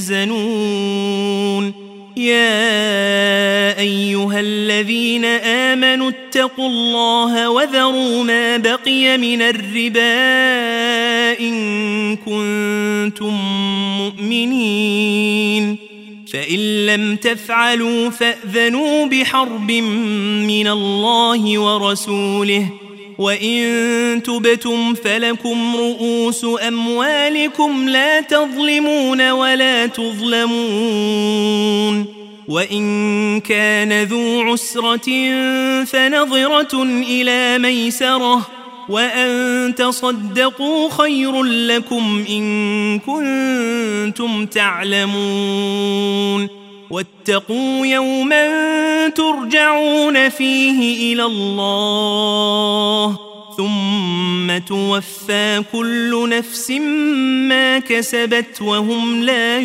يحزنون يا أيها الذين آمنوا اتقوا الله وذروا ما بقي من الربا إن كنتم مؤمنين فإن لم تفعلوا فأذنوا بحرب من الله ورسوله وإن تبتم فلكم رؤوس أموالكم لا تظلمون ولا تظلمون وإن كان ذو عسرة فنظرة إلى ميسرة وأن تصدقوا خير لكم إن كنتم تعلمون واتقوا يوما ترجعون فيه إلى الله ثم توفى كل نفس ما كسبت وهم لا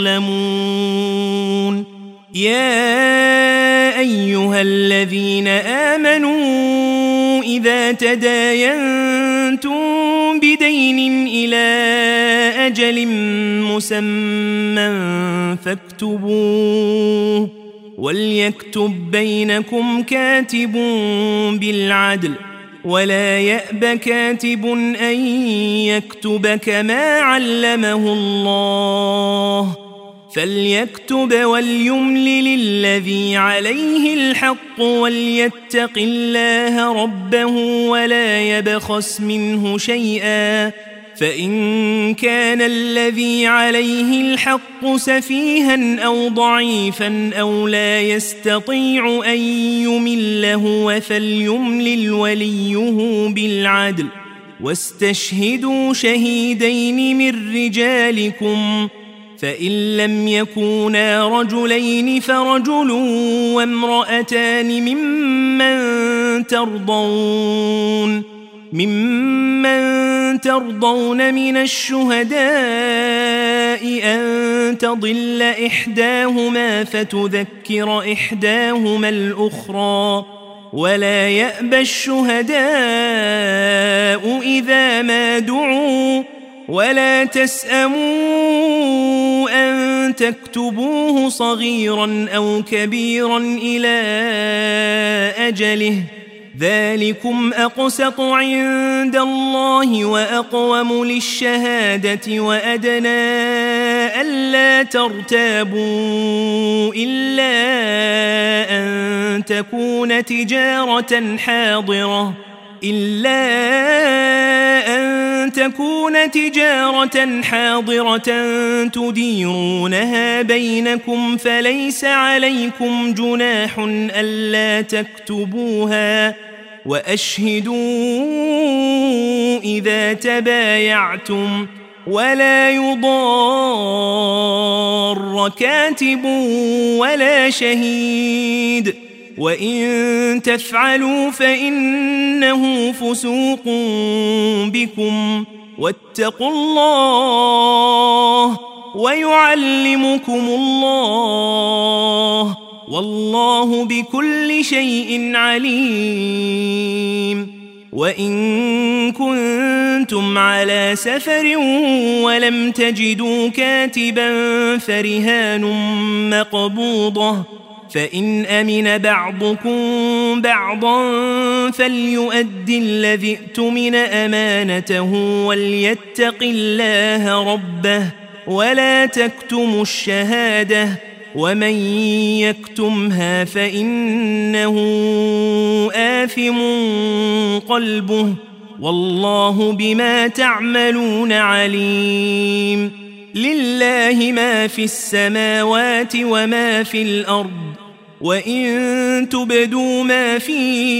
يظلمون يا أيها الذين آمنوا إذا تداينتم بدين إلى أجل مسمى فاكتبوه وليكتب بينكم كاتب بالعدل ولا يأب كاتب أن يكتب كما علمه الله فليكتب وليملل الذي عليه الحق وليتق الله ربه ولا يبخس منه شيئا فإن كان الذي عليه الحق سفيها أو ضعيفا أو لا يستطيع أن يمله فليملل وليه بالعدل واستشهدوا شهيدين من رجالكم فإن لم يكونا رجلين فرجل وامرأتان ممن ترضون من الشهداء أن تضل إحداهما فتذكر إحداهما الأخرى ولا يأبى الشهداء إذا ما دعوا ولا تسأموا أن تكتبوه صغيرا أو كبيرا إلى أجله ذلكم أقسط عند الله وأقوم للشهادة وأدنى ألا ترتابوا إلا أن تكون تجارة حاضرة تديرونها بينكم فليس عليكم جناح ألا تكتبوها وأشهدوا إذا تبايعتم ولا يضار كاتب ولا شهيد وإن تفعلوا فإنه فسوق بكم واتقوا الله ويعلمكم الله والله بكل شيء عليم وإن كنتم على سفر ولم تجدوا كاتبا فرهان مقبوضة فإن أمن بعضكم بعضا فليؤدي الذي ائتمن أمانته وليتق الله ربه ولا تكتموا الشهادة ومن يكتمها فإنه آثم قلبه والله بما تعملون عليم لله ما في السماوات وما في الأرض وإن تبدوا ما في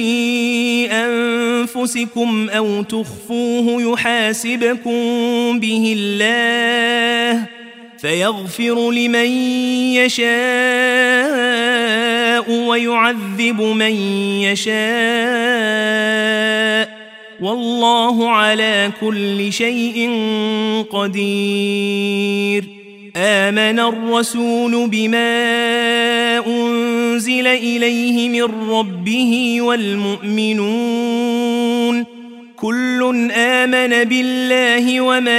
أنفسكم أو تخفوه يحاسبكم به الله فيغفر لمن يشاء ويعذب من يشاء والله على كل شيء قدير. آمن الرسول بما أنزل إليه من ربه والمؤمنون كل آمن بالله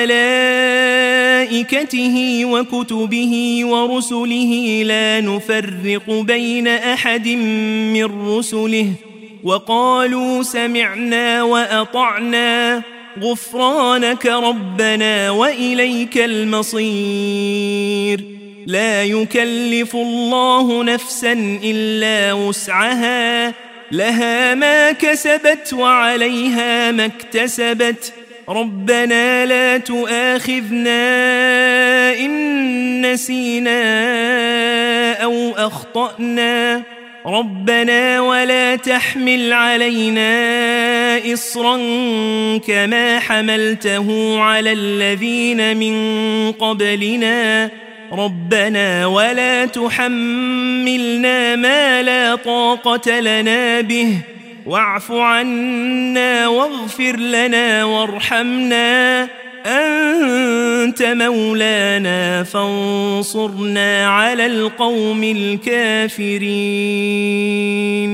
وملائكته وكتبه ورسله لا نفرق بين أحد من رسله وقالوا سمعنا وأطعنا غفرانك ربنا وإليك المصير. لا يكلف الله نفسا إلا وسعها لها ما كسبت وعليها ما اكتسبت ربنا لا تؤاخذنا إن نسينا أو أخطأنا ربنا ولا تحمل علينا إصرا كما حملته على الذين من قبلنا ربنا ولا تحملنا ما لا طاقة لنا به واعف عنا واغفر لنا وارحمنا أنت مولانا فانصرنا على القوم الكافرين.